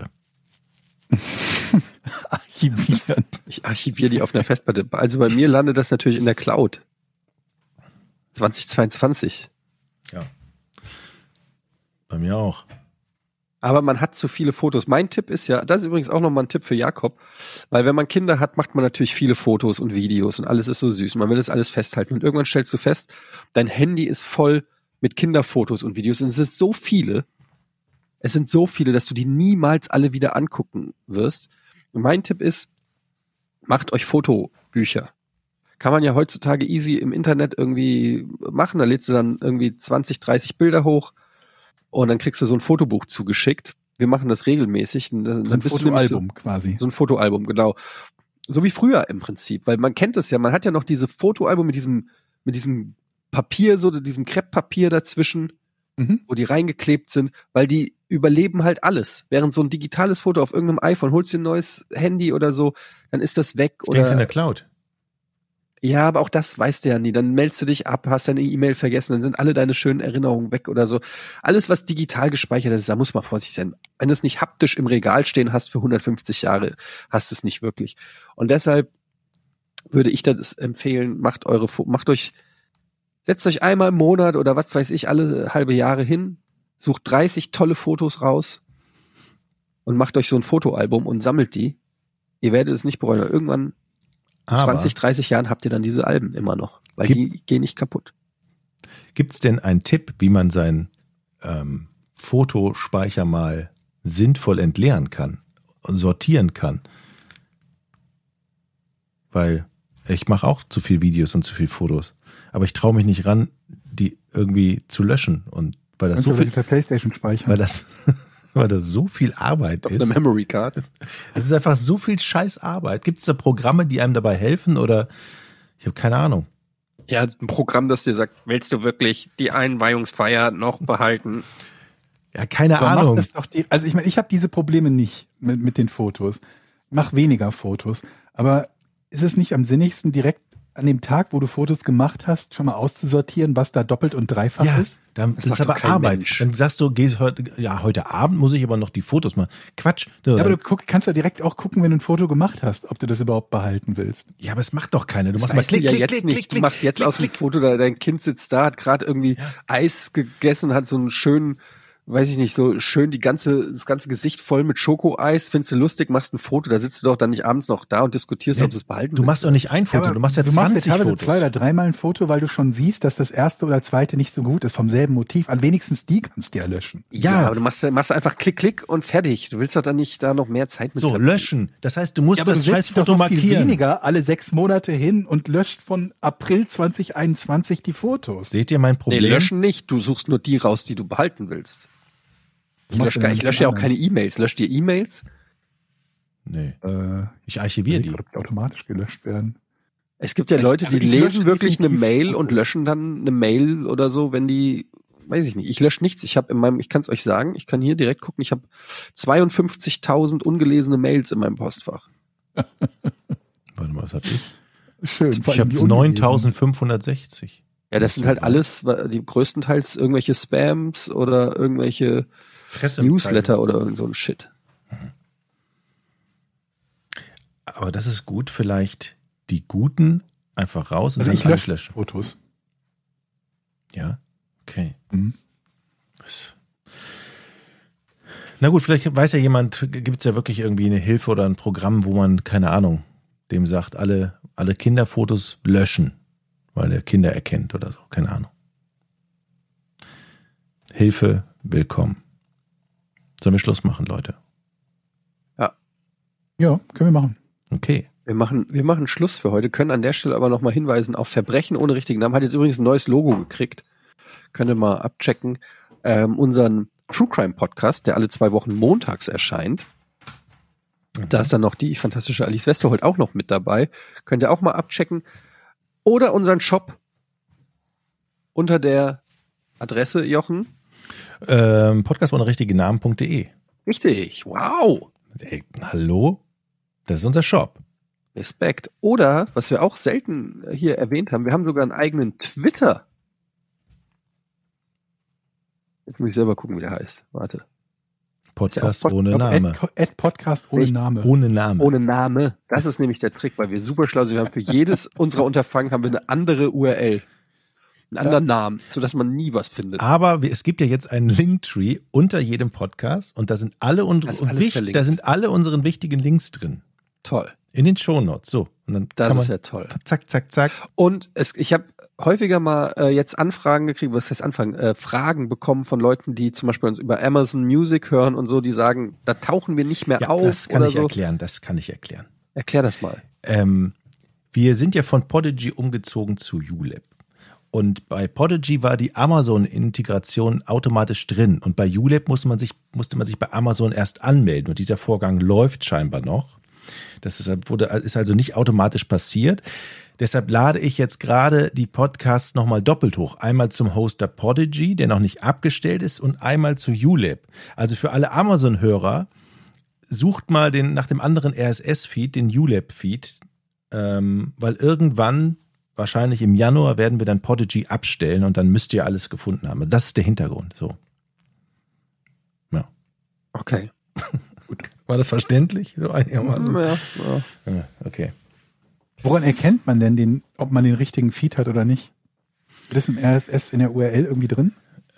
Archivieren. Ich archiviere die auf einer Festplatte. Also bei mir landet das natürlich in der Cloud. 2022. Ja. Bei mir auch. Aber man hat zu viele Fotos. Mein Tipp ist ja, das ist übrigens auch nochmal ein Tipp für Jakob, weil wenn man Kinder hat, macht man natürlich viele Fotos und Videos und alles ist so süß. Man will das alles festhalten und irgendwann stellst du fest, dein Handy ist voll mit Kinderfotos und Videos und es sind so viele, dass du die niemals alle wieder angucken wirst. Und mein Tipp ist, macht euch Fotobücher. Kann man ja heutzutage easy im Internet irgendwie machen, da lädst du dann irgendwie 20, 30 Bilder hoch und dann kriegst du so ein Fotobuch zugeschickt. Wir machen das regelmäßig. Und dann So ein bist du nämlich Fotoalbum quasi. So ein Fotoalbum, genau. So wie früher im Prinzip, weil man kennt es ja, man hat ja noch diese Fotoalbum mit diesem Papier, so diesem Krepppapier dazwischen, wo die reingeklebt sind, weil die überleben halt alles. Während so ein digitales Foto auf irgendeinem iPhone, holst dir ein neues Handy oder so, dann ist das weg. Ich denke in der Cloud. Ja, aber auch das weißt du ja nie. Dann meldest du dich ab, hast deine E-Mail vergessen, dann sind alle deine schönen Erinnerungen weg oder so. Alles, was digital gespeichert ist, da muss man vorsichtig sein. Wenn du es nicht haptisch im Regal stehen hast für 150 Jahre, hast du es nicht wirklich. Und deshalb würde ich das empfehlen, setzt euch einmal im Monat oder was weiß ich, alle halbe Jahre hin, sucht 30 tolle Fotos raus und macht euch so ein Fotoalbum und sammelt die. Ihr werdet es nicht bereuen. Irgendwann in 20, 30 Jahren habt ihr dann diese Alben immer noch, weil die gehen nicht kaputt. Gibt es denn einen Tipp, wie man seinen Fotospeicher mal sinnvoll entleeren kann und sortieren kann? Weil ich mache auch zu viel Videos und zu viel Fotos. aber ich traue mich nicht ran, die irgendwie zu löschen. Und weil das Kannst so du viel, per PlayStation speichern. weil das so viel Arbeit Auf einer ist. Memory Card. Es ist einfach so viel scheiß Arbeit. Gibt es da Programme, die einem dabei helfen oder ich habe keine Ahnung. Ja, ein Programm, das dir sagt, willst du wirklich die Einweihungsfeier noch behalten? Ja, keine Aber Ahnung. macht es doch also ich meine, ich habe diese Probleme nicht mit den Fotos. Mach weniger Fotos. Aber ist es nicht am sinnigsten, direkt an dem Tag, wo du Fotos gemacht hast, schon mal auszusortieren, was da doppelt und dreifach Ja, ist? das macht ist doch aber kein Arbeit. Mensch. Dann sagst du, heute Abend muss ich aber noch die Fotos machen. Quatsch. Ja, aber du kannst ja direkt auch gucken, wenn du ein Foto gemacht hast, ob du das überhaupt behalten willst. Ja, aber es macht doch keiner. Du Das machst mal weißt du klick, ja klick, jetzt klick, nicht. klick, Du machst jetzt klick, aus dem klick. Foto, dein Kind sitzt da, hat gerade irgendwie Eis gegessen, hat so einen schönen, weiß ich nicht, so schön das ganze Gesicht voll mit Schokoeis, findest du lustig, machst ein Foto, da sitzt du doch dann nicht abends noch da und diskutierst, ob du es behalten Du machst doch nicht ein Foto, aber du machst ja du machst 20 ja teilweise Fotos. 2 oder 3 Mal ein Foto, weil du schon siehst, dass das erste oder zweite nicht so gut ist, vom selben Motiv. An wenigstens die kannst du ja löschen. Ja, aber du machst einfach Klick, Klick und fertig. Du willst doch dann nicht da noch mehr Zeit mit So, verbringen. löschen. Das heißt, du musst aber das du scheiß setzt doch Foto noch viel markieren. weniger alle 6 Monate hin und löscht von April 2021 die Fotos. Seht ihr mein Nee, Problem? löschen nicht. Du suchst nur die raus, die du behalten willst. Ich lösche ja auch keine E-Mails. Löscht ihr E-Mails? Nee, Äh, ich archiviere die. ob die automatisch gelöscht werden. Es gibt ja Leute, die ich lösche lesen wirklich eine definitiv Mail Fotos. und löschen dann eine Mail oder so, wenn die, weiß ich nicht. Ich lösche nichts. Ich kann es euch sagen, ich kann hier direkt gucken, ich habe 52.000 ungelesene Mails in meinem Postfach. Warte mal, was hab ich? Schön. Ich habe 9560. Ja, das sind halt alles, die größtenteils irgendwelche Spams oder irgendwelche Newsletter oder irgend so ein Shit. Aber das ist gut, vielleicht die guten einfach raus und Also dann ich alles lösche löschen. Fotos. Ja, okay. Mhm. Na gut, vielleicht weiß ja jemand, gibt es ja wirklich irgendwie eine Hilfe oder ein Programm, wo man, keine Ahnung, dem sagt, alle Kinderfotos löschen, weil der Kinder erkennt oder so, keine Ahnung. Hilfe, willkommen. Sollen wir Schluss machen, Leute? Ja, können wir machen. Okay. Wir machen Schluss für heute, können an der Stelle aber nochmal hinweisen auf Verbrechen ohne richtigen Namen. Hat jetzt übrigens ein neues Logo gekriegt. Könnt ihr mal abchecken. Unseren True Crime Podcast, der alle 2 Wochen montags erscheint. Da ist dann noch die fantastische Alice Westerholt auch noch mit dabei. Könnt ihr auch mal abchecken. Oder unseren Shop unter der Adresse, Jochen. Podcast ohne richtige Namen.de. Richtig, wow. Ey, hallo? Das ist unser Shop. Respekt. Oder, was wir auch selten hier erwähnt haben, wir haben sogar einen eigenen Twitter. Jetzt muss ich selber gucken, wie der heißt. Warte. Podcast Ja auch ohne Name. Podcast ohne Echt? Name. Ohne Name. Ohne Name. Das ist nämlich der Trick, weil wir super schlau sind. Wir haben für jedes unserer Unterfangen haben wir eine andere URL. Einen anderen Namen, sodass man nie was findet. Aber es gibt ja jetzt einen Linktree unter jedem Podcast und da sind alle Da ist alles verlinkt. da sind alle unseren wichtigen Links drin. Toll. In den Shownotes. So. Und dann Das kann man ist ja toll. zack, zack, zack. Und ich habe häufiger mal jetzt Anfragen gekriegt, was heißt Anfragen? Fragen bekommen von Leuten, die zum Beispiel uns über Amazon Music hören und so, die sagen, da tauchen wir nicht mehr Ja, auf das kann oder ich so. erklären. Das kann ich erklären. Erklär das mal. Wir sind ja von Podigy umgezogen zu ULab. Und bei Podigy war die Amazon-Integration automatisch drin. Und bei ULab musste man sich bei Amazon erst anmelden. Und dieser Vorgang läuft scheinbar noch. Das ist also nicht automatisch passiert. Deshalb lade ich jetzt gerade die Podcasts nochmal doppelt hoch. Einmal zum Hoster Podigy, der noch nicht abgestellt ist, und einmal zu ULab. Also für alle Amazon-Hörer, sucht mal nach dem anderen RSS-Feed, den ULab-Feed, weil irgendwann, wahrscheinlich im Januar, werden wir dann Podigy abstellen und dann müsst ihr alles gefunden haben. Das ist der Hintergrund. So. Ja. Okay. War das verständlich? So einigermaßen? Ja. Ja, okay. Woran erkennt man denn ob man den richtigen Feed hat oder nicht? Ist das im RSS in der URL irgendwie drin?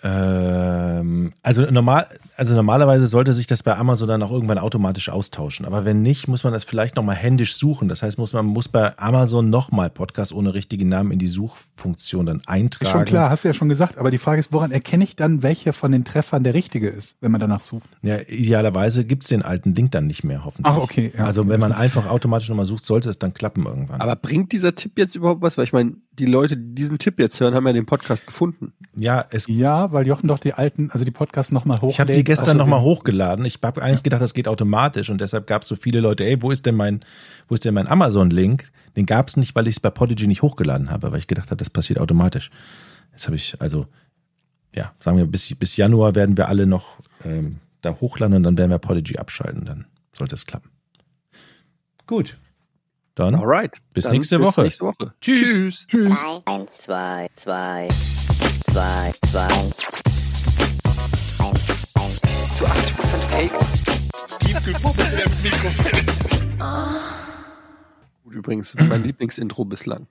Also normalerweise sollte sich das bei Amazon dann auch irgendwann automatisch austauschen. Aber wenn nicht, muss man das vielleicht nochmal händisch suchen. Das heißt, man muss bei Amazon nochmal Podcast ohne richtigen Namen in die Suchfunktion dann eintragen. Ist schon klar, hast du ja schon gesagt. Aber die Frage ist, woran erkenne ich dann, welcher von den Treffern der richtige ist, wenn man danach sucht? Ja, idealerweise gibt's den alten Link dann nicht mehr, hoffentlich. Ach, okay. Ja, also wenn man einfach automatisch nochmal sucht, sollte es dann klappen irgendwann. Aber bringt dieser Tipp jetzt überhaupt was? Weil ich meine, die Leute, die diesen Tipp jetzt hören, haben ja den Podcast gefunden. Ja, Ja, weil Jochen doch die Podcasts nochmal hochlädt. ich habe die gestern Also nochmal hochgeladen. Ich habe eigentlich gedacht, das geht automatisch und deshalb gab es so viele Leute, ey, wo ist denn mein Amazon-Link? Den gab es nicht, weil ich es bei Podigy nicht hochgeladen habe, weil ich gedacht habe, das passiert automatisch. Jetzt habe ich, also, ja, sagen wir, bis Januar werden wir alle noch da hochladen und dann werden wir Podigy abschalten. Dann sollte es klappen. Gut. Dann Alright. bis Dann nächste bis Woche. nächste Woche. Tschüss. Tschüss. 1, 2, 2, 2, 2. Zu 80% Fake. Gut, übrigens, mein Lieblingsintro bislang.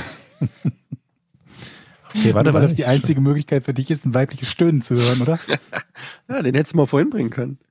Okay, warte, Weil warte. das die einzige Möglichkeit für dich ist, ein weibliches Stöhnen zu hören, oder? Ja, den hättest du mal vorhin bringen können.